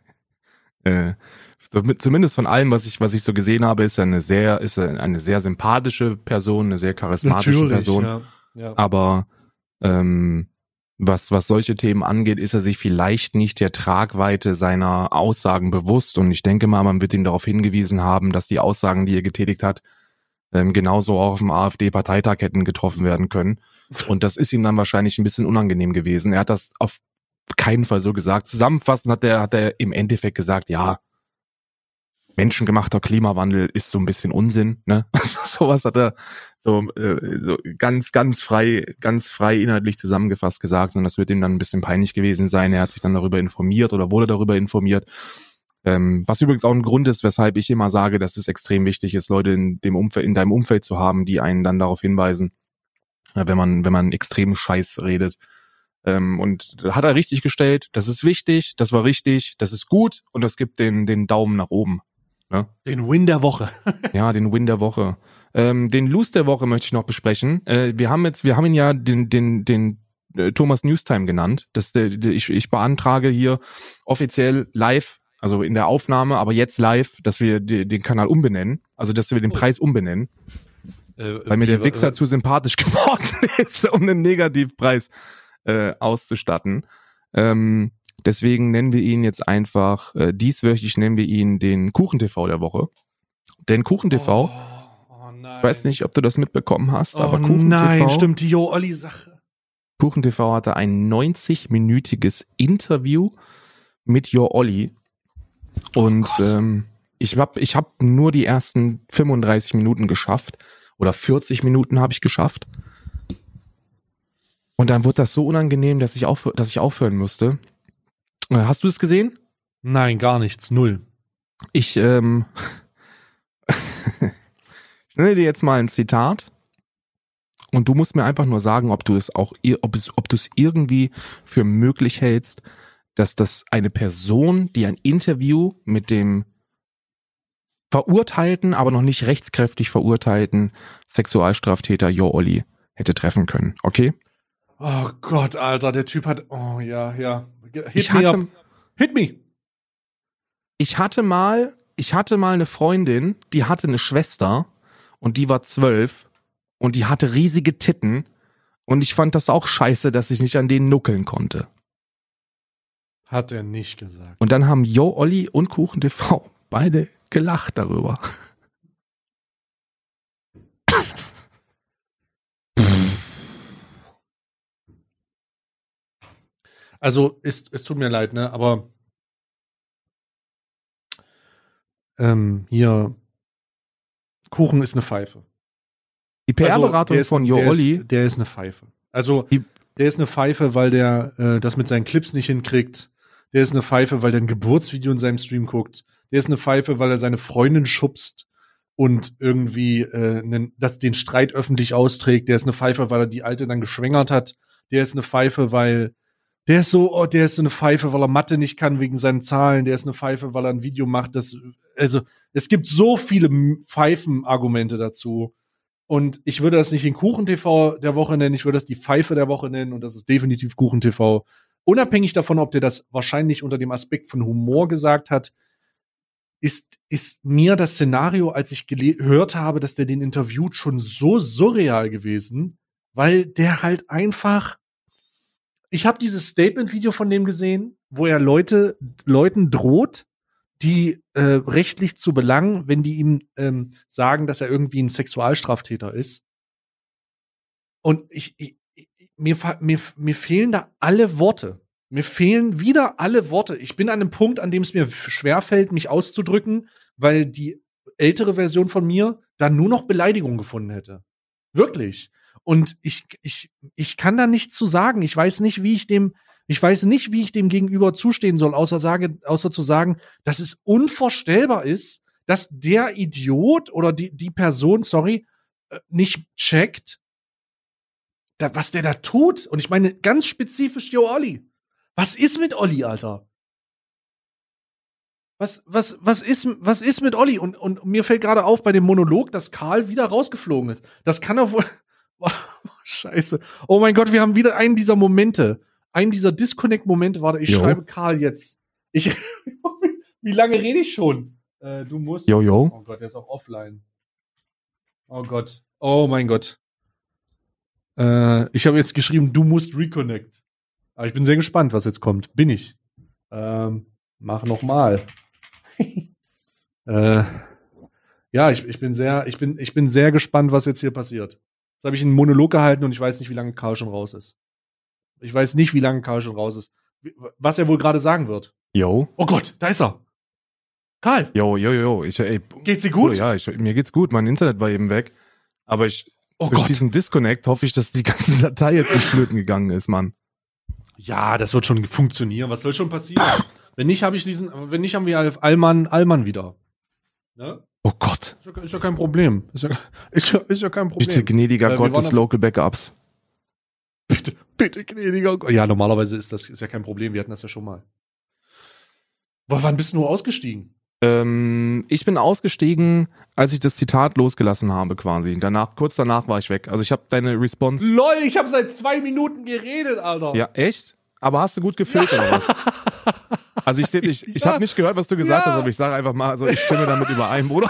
S2: äh, zumindest von allem, was ich, was ich so gesehen habe, ist er eine sehr, ist er eine sehr sympathische Person, eine sehr charismatische Natürlich, Person.
S1: Ja, ja.
S2: Aber ähm, was, was solche Themen angeht, ist er sich vielleicht nicht der Tragweite seiner Aussagen bewusst. Und ich denke mal, man wird ihn darauf hingewiesen haben, dass die Aussagen, die er getätigt hat, ähm, genauso auch auf dem AfD-Parteitag hätten getroffen werden können. Und das ist ihm dann wahrscheinlich ein bisschen unangenehm gewesen. Er hat das auf keinen Fall so gesagt. Zusammenfassend hat er, hat er im Endeffekt gesagt, ja, menschengemachter Klimawandel ist so ein bisschen Unsinn, ne? Also, sowas hat er so, äh, so ganz, ganz frei, ganz frei inhaltlich zusammengefasst gesagt, und das wird ihm dann ein bisschen peinlich gewesen sein. Er hat sich dann darüber informiert oder wurde darüber informiert. Ähm, was übrigens auch ein Grund ist, weshalb ich immer sage, dass es extrem wichtig ist, Leute in dem Umfeld, in deinem Umfeld zu haben, die einen dann darauf hinweisen, äh, wenn man, wenn man extremen Scheiß redet. Ähm, und da hat er richtig gestellt, das ist wichtig, das war richtig, das ist gut, und das gibt den, den Daumen nach oben. Ne?
S1: Den Win der Woche.
S2: Ja, den Win der Woche. Ähm, den Lose der Woche möchte ich noch besprechen. Äh, wir haben jetzt, wir haben ihn ja den, den, den äh, Thomas Newstime genannt. Das, äh, ich, ich beantrage hier offiziell live, also in der Aufnahme, aber jetzt live, dass wir die, den Kanal umbenennen. Also, dass wir den Preis umbenennen. Äh, weil mir der Wichser äh, zu sympathisch geworden ist, um einen Negativpreis äh, auszustatten. Ähm, Deswegen nennen wir ihn jetzt einfach, äh, dieswöchig nennen wir ihn den Kuchen-T V der Woche. Denn Kuchen-T V, oh, oh nein. Ich weiß nicht, ob du das mitbekommen hast,
S1: oh
S2: aber Kuchen-T V.
S1: Nein, stimmt, die Jo-Olli-Sache.
S2: Kuchen-T V hatte ein neunzig-minütiges Interview mit Jo-Olli. Und oh ähm, ich habe ich hab nur die ersten fünfunddreißig Minuten geschafft. Oder vierzig Minuten habe ich geschafft. Und dann wurde das so unangenehm, dass ich, aufh- dass ich aufhören musste. Hast du es gesehen?
S1: Nein, gar nichts, null.
S2: Ich, ähm, ich nenne dir jetzt mal ein Zitat und du musst mir einfach nur sagen, ob du es auch, ob es, ob du es irgendwie für möglich hältst, dass das eine Person, die ein Interview mit dem verurteilten, aber noch nicht rechtskräftig verurteilten Sexualstraftäter Jo-Olli hätte treffen können, okay?
S1: Oh Gott, Alter, der Typ hat, oh ja, ja.
S2: Hit ich me hatte,
S1: up. Hit me.
S2: Ich hatte mal, ich hatte mal eine Freundin, die hatte eine Schwester und die war zwölf und die hatte riesige Titten und ich fand das auch scheiße, dass ich nicht an denen nuckeln konnte.
S1: Hat er nicht gesagt.
S2: Und dann haben Jo Olli und Kuchen T V beide gelacht darüber.
S1: Also, es, es tut mir leid, ne, aber ähm, hier Kuchen ist eine Pfeife.
S2: Die P R-Beratung
S1: also,
S2: von Jo
S1: der
S2: Olli.
S1: Ist, der ist eine Pfeife. Also,
S2: Die,
S1: der ist eine Pfeife, weil der äh, das mit seinen Clips nicht hinkriegt. Der ist eine Pfeife, weil der ein Geburtsvideo in seinem Stream guckt. Der ist eine Pfeife, weil er seine Freundin schubst und irgendwie äh, nen, das, den Streit öffentlich austrägt. Der ist eine Pfeife, weil er die Alte dann geschwängert hat. Der ist eine Pfeife, weil der ist so, oh, der ist so eine Pfeife, weil er Mathe nicht kann wegen seinen Zahlen. Der ist eine Pfeife, weil er ein Video macht. Das, also es gibt so viele Pfeifen-Argumente dazu. Und ich würde das nicht den Kuchen-T V der Woche nennen, ich würde das die Pfeife der Woche nennen und das ist definitiv Kuchen-T V. Unabhängig davon, ob der das wahrscheinlich unter dem Aspekt von Humor gesagt hat, ist, ist mir das Szenario, als ich gehört habe, dass der den interviewt, schon so surreal gewesen, weil der halt einfach ich habe dieses Statement-Video von dem gesehen, wo er Leute, Leuten droht, die äh, rechtlich zu belangen, wenn die ihm ähm, sagen, dass er irgendwie ein Sexualstraftäter ist. Und ich, ich, mir, mir, mir fehlen da alle Worte. Mir fehlen wieder alle Worte. Ich bin an einem Punkt, an dem es mir schwerfällt, mich auszudrücken, weil die ältere Version von mir da nur noch Beleidigung gefunden hätte. Wirklich. Und ich, ich, ich kann da nichts zu sagen. Ich weiß nicht, wie ich dem, ich weiß nicht, wie ich dem gegenüber zustehen soll, außer sage, außer zu sagen, dass es unvorstellbar ist, dass der Idiot oder die, die Person, sorry, nicht checkt, da, was der da tut. Und ich meine ganz spezifisch, yo, Olli. Was ist mit Olli, Alter? Was, was, was ist, was ist mit Olli? Und, und mir fällt gerade auf bei dem Monolog, dass Karl wieder rausgeflogen ist. Das kann doch wohl, oh, scheiße. Oh mein Gott, wir haben wieder einen dieser Momente. Einen dieser Disconnect-Momente. Warte, ich jo. schreibe Karl jetzt. Ich, wie lange rede ich schon? Äh, du musst.
S2: Jo, jo.
S1: Oh Gott, der ist auch offline. Oh Gott. Oh mein Gott. Äh, ich habe jetzt geschrieben, du musst reconnect. Aber ich bin sehr gespannt, was jetzt kommt. Bin ich. Ähm, mach noch mal. äh, ja, ich, ich bin sehr, ich bin, ich bin sehr gespannt, was jetzt hier passiert. Jetzt habe ich einen Monolog gehalten und ich weiß nicht, wie lange Karl schon raus ist. Ich weiß nicht, wie lange Karl schon raus ist. Was er wohl gerade sagen wird.
S2: Jo.
S1: Oh Gott, da ist er. Karl.
S2: Jo, jo, jo. Ich, ey,
S1: geht's dir gut?
S2: Oh, ja, ich, mir geht's gut. Mein Internet war eben weg. Aber ich,
S1: oh
S2: durch
S1: Gott.
S2: diesen Disconnect hoffe ich, dass die ganze Datei jetzt nicht flöten gegangen ist, Mann.
S1: Ja, das wird schon funktionieren. Was soll schon passieren? Wenn nicht, habe ich diesen, wenn nicht, haben wir Allmann, Allmann wieder. Ne?
S2: Oh Gott.
S1: Ist ja, ist ja kein Problem. Ist ja, ist ja, ist ja kein Problem.
S2: Bitte, gnädiger äh, Gott des Local Backups.
S1: Bitte, bitte, gnädiger Gott. Ja, normalerweise ist das ist ja kein Problem. Wir hatten das ja schon mal. Boah, wann bist du nur ausgestiegen?
S2: Ähm, ich bin ausgestiegen, als ich das Zitat losgelassen habe, quasi. Danach, kurz danach war ich weg. Also ich habe deine Response.
S1: LOL, ich habe seit zwei Minuten geredet, Alter.
S2: Ja, echt? Aber hast du gut gefilmt oder was? Also ich, ich, ich ja. habe nicht gehört, was du gesagt ja. hast, aber ich sage einfach mal, also ich stimme damit überein, Bruder.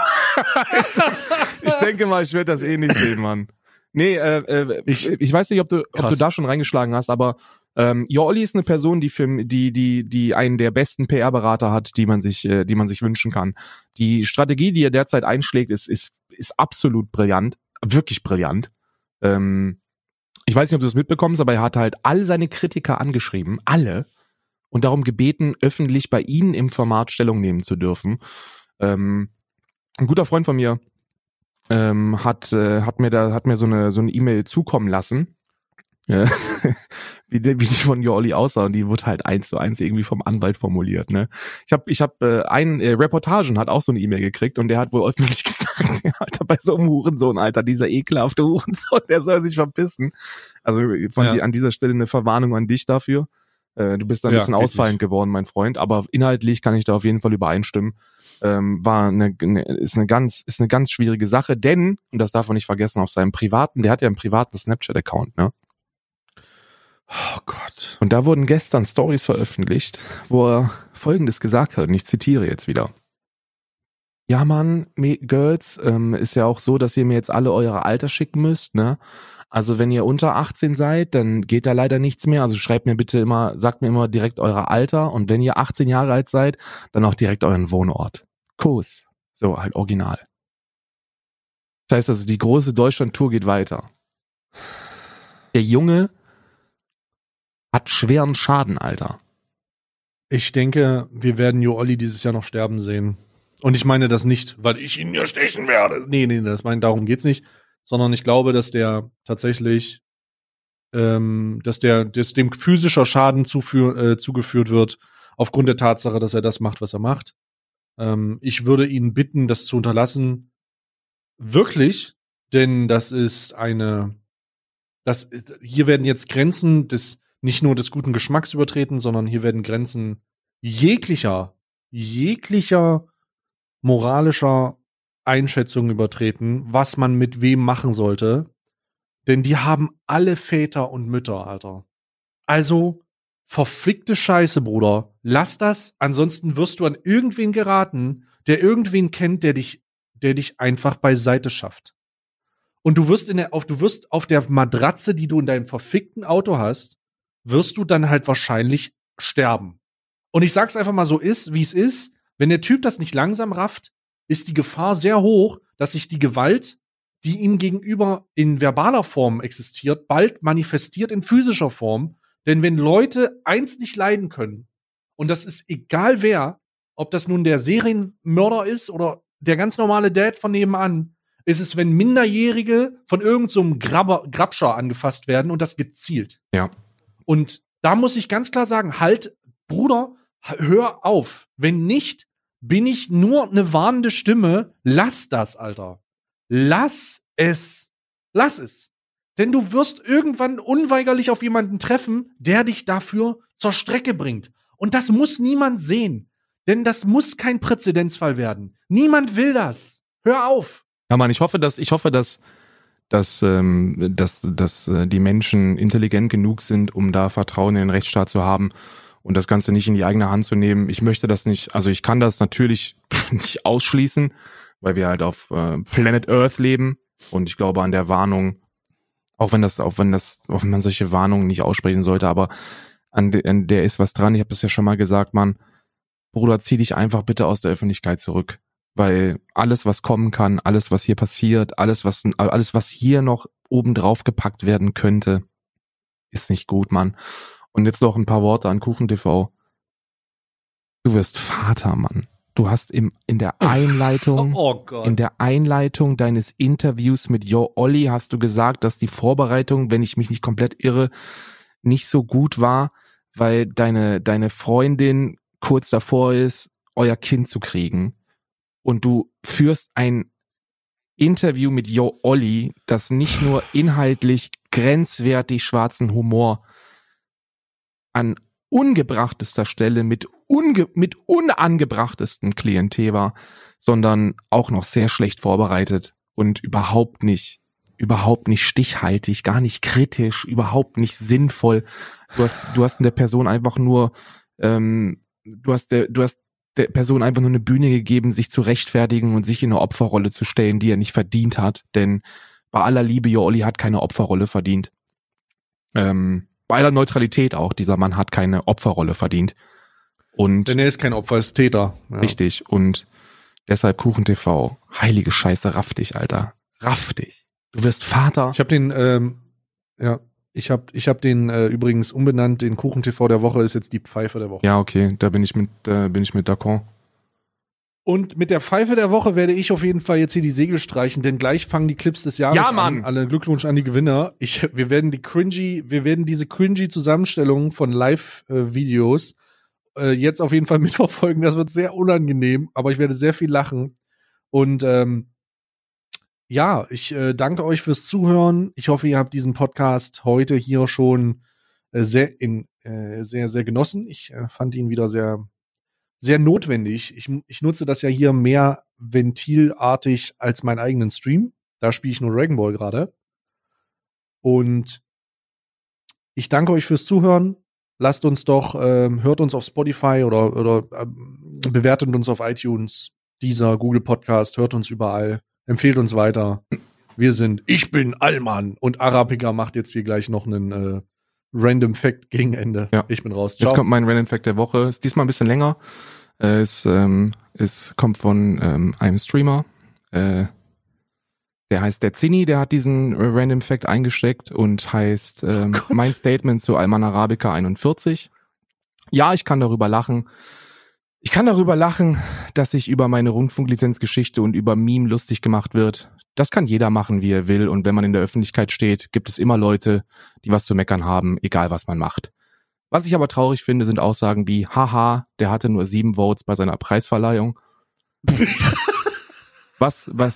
S2: Ich denke mal, ich werde das eh nicht sehen, Mann. Nee, äh, äh, ich, ich weiß nicht, ob du, ob du da schon reingeschlagen hast, aber ähm, Jo Olli ist eine Person, die für, die, die, die einen der besten P R-Berater hat, die man sich, äh, die man sich wünschen kann. Die Strategie, die er derzeit einschlägt, ist, ist, ist absolut brillant, wirklich brillant. Ähm, ich weiß nicht, ob du das mitbekommst, aber er hat halt all seine Kritiker angeschrieben, alle, und darum gebeten, öffentlich bei ihnen im Format Stellung nehmen zu dürfen. Ähm, ein guter Freund von mir ähm, hat, äh, hat mir da, hat mir so eine, so eine E-Mail zukommen lassen. Ja, wie, die, wie die von Jo Olli aussah, und die wurde halt eins zu eins irgendwie vom Anwalt formuliert, ne. Ich habe ich hab, äh, einen äh, Reportagen hat auch so eine E-Mail gekriegt, und der hat wohl öffentlich gesagt, ja, Alter, bei so einem Hurensohn, Alter, dieser ekelhafte Hurensohn, der soll sich verpissen. Also von ja. die, an dieser Stelle eine Verwarnung an dich dafür. Äh, du bist da ein ja, bisschen richtig ausfallend geworden, mein Freund, aber inhaltlich kann ich da auf jeden Fall übereinstimmen. Ähm, war eine, eine ist eine ganz ist eine ganz schwierige Sache, denn, und das darf man nicht vergessen, auf seinem privaten, der hat ja einen privaten Snapchat-Account, ne?
S1: Oh Gott.
S2: Und da wurden gestern Stories veröffentlicht, wo er Folgendes gesagt hat, und ich zitiere jetzt wieder. ja Mann, Girls, ähm, ist ja auch so, dass ihr mir jetzt alle eure Alter schicken müsst, ne? Also wenn ihr unter achtzehn seid, dann geht da leider nichts mehr. Also schreibt mir bitte immer, sagt mir immer direkt euer Alter. Und wenn ihr achtzehn Jahre alt seid, dann auch direkt euren Wohnort. Kuss. So, halt original. Das heißt also, die große Deutschland-Tour geht weiter. Der Junge hat schweren Schaden, Alter.
S1: Ich denke, wir werden Jo Olli dieses Jahr noch sterben sehen. Und ich meine das nicht, weil ich ihn ja stechen werde. Nee, nee, das meine, darum geht's nicht. Sondern ich glaube, dass der tatsächlich, ähm, dass der, dass dem physischer Schaden zuführ, äh, zugeführt wird, aufgrund der Tatsache, dass er das macht, was er macht. Ähm, ich würde ihn bitten, das zu unterlassen. Wirklich, denn das ist eine, das, hier werden jetzt Grenzen des, nicht nur des guten Geschmacks übertreten, sondern hier werden Grenzen jeglicher, jeglicher moralischer Einschätzung übertreten, was man mit wem machen sollte. Denn die haben alle Väter und Mütter, Alter. Also, verfickte Scheiße, Bruder. Lass das, ansonsten wirst du an irgendwen geraten, der irgendwen kennt, der dich, der dich einfach beiseite schafft. Und du wirst in der, auf, du wirst auf der Matratze, die du in deinem verfickten Auto hast, wirst du dann halt wahrscheinlich sterben. Und ich sag's einfach mal so ist, wie es ist. Wenn der Typ das nicht langsam rafft, ist die Gefahr sehr hoch, dass sich die Gewalt, die ihm gegenüber in verbaler Form existiert, bald manifestiert in physischer Form. Denn wenn Leute eins nicht leiden können, und das ist egal wer, ob das nun der Serienmörder ist oder der ganz normale Dad von nebenan, ist es, wenn Minderjährige von irgend so einem Grabber, Grabscher angefasst werden und das gezielt.
S2: Ja.
S1: Und da muss ich ganz klar sagen, halt, Bruder, hör auf. Wenn nicht, bin ich nur eine warnende Stimme. Lass das, Alter. Lass es. Lass es. Denn du wirst irgendwann unweigerlich auf jemanden treffen, der dich dafür zur Strecke bringt. Und das muss niemand sehen. Denn das muss kein Präzedenzfall werden. Niemand will das. Hör auf.
S2: Ja, Mann, ich hoffe, dass, ich hoffe, dass, dass, ähm, dass, dass äh, die Menschen intelligent genug sind, um da Vertrauen in den Rechtsstaat zu haben und das Ganze nicht in die eigene Hand zu nehmen. Ich möchte das nicht, also ich kann das natürlich nicht ausschließen, weil wir halt auf äh, Planet Earth leben und ich glaube an der Warnung, auch wenn das, auch wenn das, auch wenn man solche Warnungen nicht aussprechen sollte, aber an, de, an der ist was dran. Ich habe das ja schon mal gesagt, Mann, Bruder, zieh dich einfach bitte aus der Öffentlichkeit zurück. Weil alles, was kommen kann, alles, was hier passiert, alles, was alles, was hier noch oben drauf gepackt werden könnte, ist nicht gut, Mann. Und jetzt noch ein paar Worte an KuchenTV. Du wirst Vater, Mann. Du hast im, in der Einleitung,
S1: oh Gott.
S2: in der Einleitung deines Interviews mit Jo Olli hast du gesagt, dass die Vorbereitung, wenn ich mich nicht komplett irre, nicht so gut war, weil deine, deine Freundin kurz davor ist, euer Kind zu kriegen. Und du führst ein Interview mit Jo Olli, das nicht nur inhaltlich grenzwertig schwarzen Humor an ungebrachtester Stelle mit, unge mit unangebrachtestem Klientel war, sondern auch noch sehr schlecht vorbereitet und überhaupt nicht, überhaupt nicht stichhaltig, gar nicht kritisch, überhaupt nicht sinnvoll. Du hast, du hast in der Person einfach nur, ähm, du hast der, du hast der Person einfach nur eine Bühne gegeben, sich zu rechtfertigen und sich in eine Opferrolle zu stellen, die er nicht verdient hat. Denn bei aller Liebe, Jo Olli hat keine Opferrolle verdient. Ähm, bei aller Neutralität auch, dieser Mann hat keine Opferrolle verdient. Und
S1: denn er ist kein Opfer, er ist Täter. Ja.
S2: Richtig. Und deshalb KuchenTV, heilige Scheiße, raff dich, Alter. Raff dich. Du wirst Vater.
S1: Ich habe den, ähm, ja, ich habe ich hab den äh, übrigens umbenannt, den KuchenTV der Woche ist jetzt die Pfeife der Woche.
S2: Ja, okay, da bin ich mit, da bin ich mit d'accord.
S1: Und mit der Pfeife der Woche werde ich auf jeden Fall jetzt hier die Segel streichen, denn gleich fangen die Clips des Jahres
S2: ja, Mann.
S1: an. Alle Glückwunsch an die Gewinner. Ich, wir werden die cringy, wir werden diese cringy Zusammenstellung von Live-Videos äh, jetzt auf jeden Fall mitverfolgen. Das wird sehr unangenehm, aber ich werde sehr viel lachen. Und ähm, ja, ich äh, danke euch fürs Zuhören. Ich hoffe, ihr habt diesen Podcast heute hier schon äh, sehr in äh, sehr sehr genossen. Ich äh, fand ihn wieder sehr sehr notwendig. Ich, ich nutze das ja hier mehr ventilartig als meinen eigenen Stream. Da spiele ich nur Dragon Ball gerade. Und ich danke euch fürs Zuhören. Lasst uns doch, ähm, hört uns auf Spotify oder, oder ähm, bewertet uns auf iTunes. dieser Google Podcast, hört uns überall, empfehlt uns weiter. Wir sind Ich bin Allmann und Arabica macht jetzt hier gleich noch einen äh, Random Fact gegen Ende.
S2: Ja.
S1: Ich bin raus. Ciao.
S2: Jetzt kommt mein Random Fact der Woche. Ist diesmal ein bisschen länger. Äh, es, ähm, es kommt von ähm, einem Streamer. Äh, der heißt der Zinni, der hat diesen äh, Random Fact eingesteckt und heißt ähm,
S1: Oh
S2: mein Statement zu Alman Arabica einundvierzig. Ja, ich kann darüber lachen. Ich kann darüber lachen, dass sich über meine Rundfunklizenzgeschichte und über Meme lustig gemacht wird. Das kann jeder machen, wie er will. Und wenn man in der Öffentlichkeit steht, gibt es immer Leute, die was zu meckern haben, egal was man macht. Was ich aber traurig finde, sind Aussagen wie, haha, der hatte nur sieben Votes bei seiner Preisverleihung. was, was...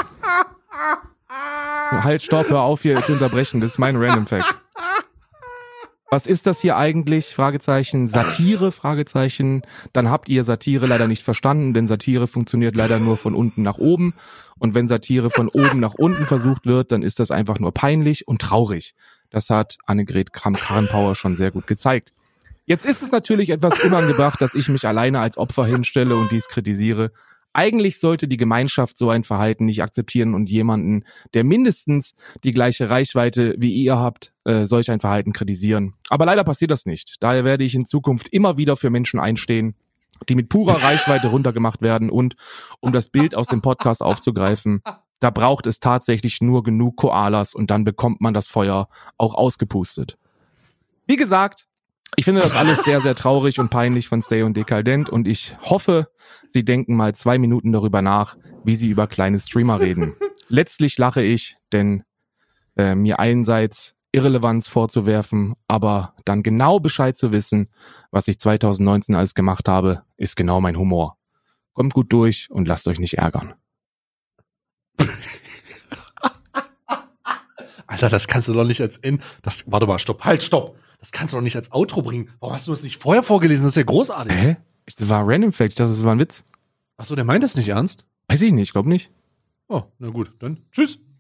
S2: Halt, stopp, hör auf hier zu unterbrechen, das ist mein Random Fact. Was ist das hier eigentlich? Fragezeichen. Satire? Fragezeichen. Dann habt ihr Satire leider nicht verstanden, denn Satire funktioniert leider nur von unten nach oben. Und wenn Satire von oben nach unten versucht wird, dann ist das einfach nur peinlich und traurig. Das hat Annegret Kramp-Karrenbauer schon sehr gut gezeigt. Jetzt ist es natürlich etwas unangebracht, dass ich mich alleine als Opfer hinstelle und dies kritisiere. Eigentlich sollte die Gemeinschaft so ein Verhalten nicht akzeptieren und jemanden, der mindestens die gleiche Reichweite wie ihr habt, äh, solch ein Verhalten kritisieren. Aber leider passiert das nicht. Daher werde ich in Zukunft immer wieder für Menschen einstehen, die mit purer Reichweite runtergemacht werden. Und um das Bild aus dem Podcast aufzugreifen, da braucht es tatsächlich nur genug Koalas und dann bekommt man das Feuer auch ausgepustet. Wie gesagt, ich finde das alles sehr, sehr traurig und peinlich von Stay und Dekadent und ich hoffe, Sie denken mal zwei Minuten darüber nach, wie Sie über kleine Streamer reden. Letztlich lache ich, denn äh, mir einerseits Irrelevanz vorzuwerfen, aber dann genau Bescheid zu wissen, was ich zwanzig neunzehn alles gemacht habe, ist genau mein Humor. Kommt gut durch und lasst euch nicht ärgern.
S1: Alter, das kannst du doch nicht als In... Das, warte mal, stopp, halt, stopp. Das kannst du doch nicht als Outro bringen. Warum hast du das nicht vorher vorgelesen? Das ist ja großartig.
S2: Hä? Das war Random Fact, ich dachte, das war ein Witz.
S1: Ach so, der meint das nicht ernst?
S2: Weiß ich nicht, glaub nicht.
S1: Oh, na gut, dann tschüss.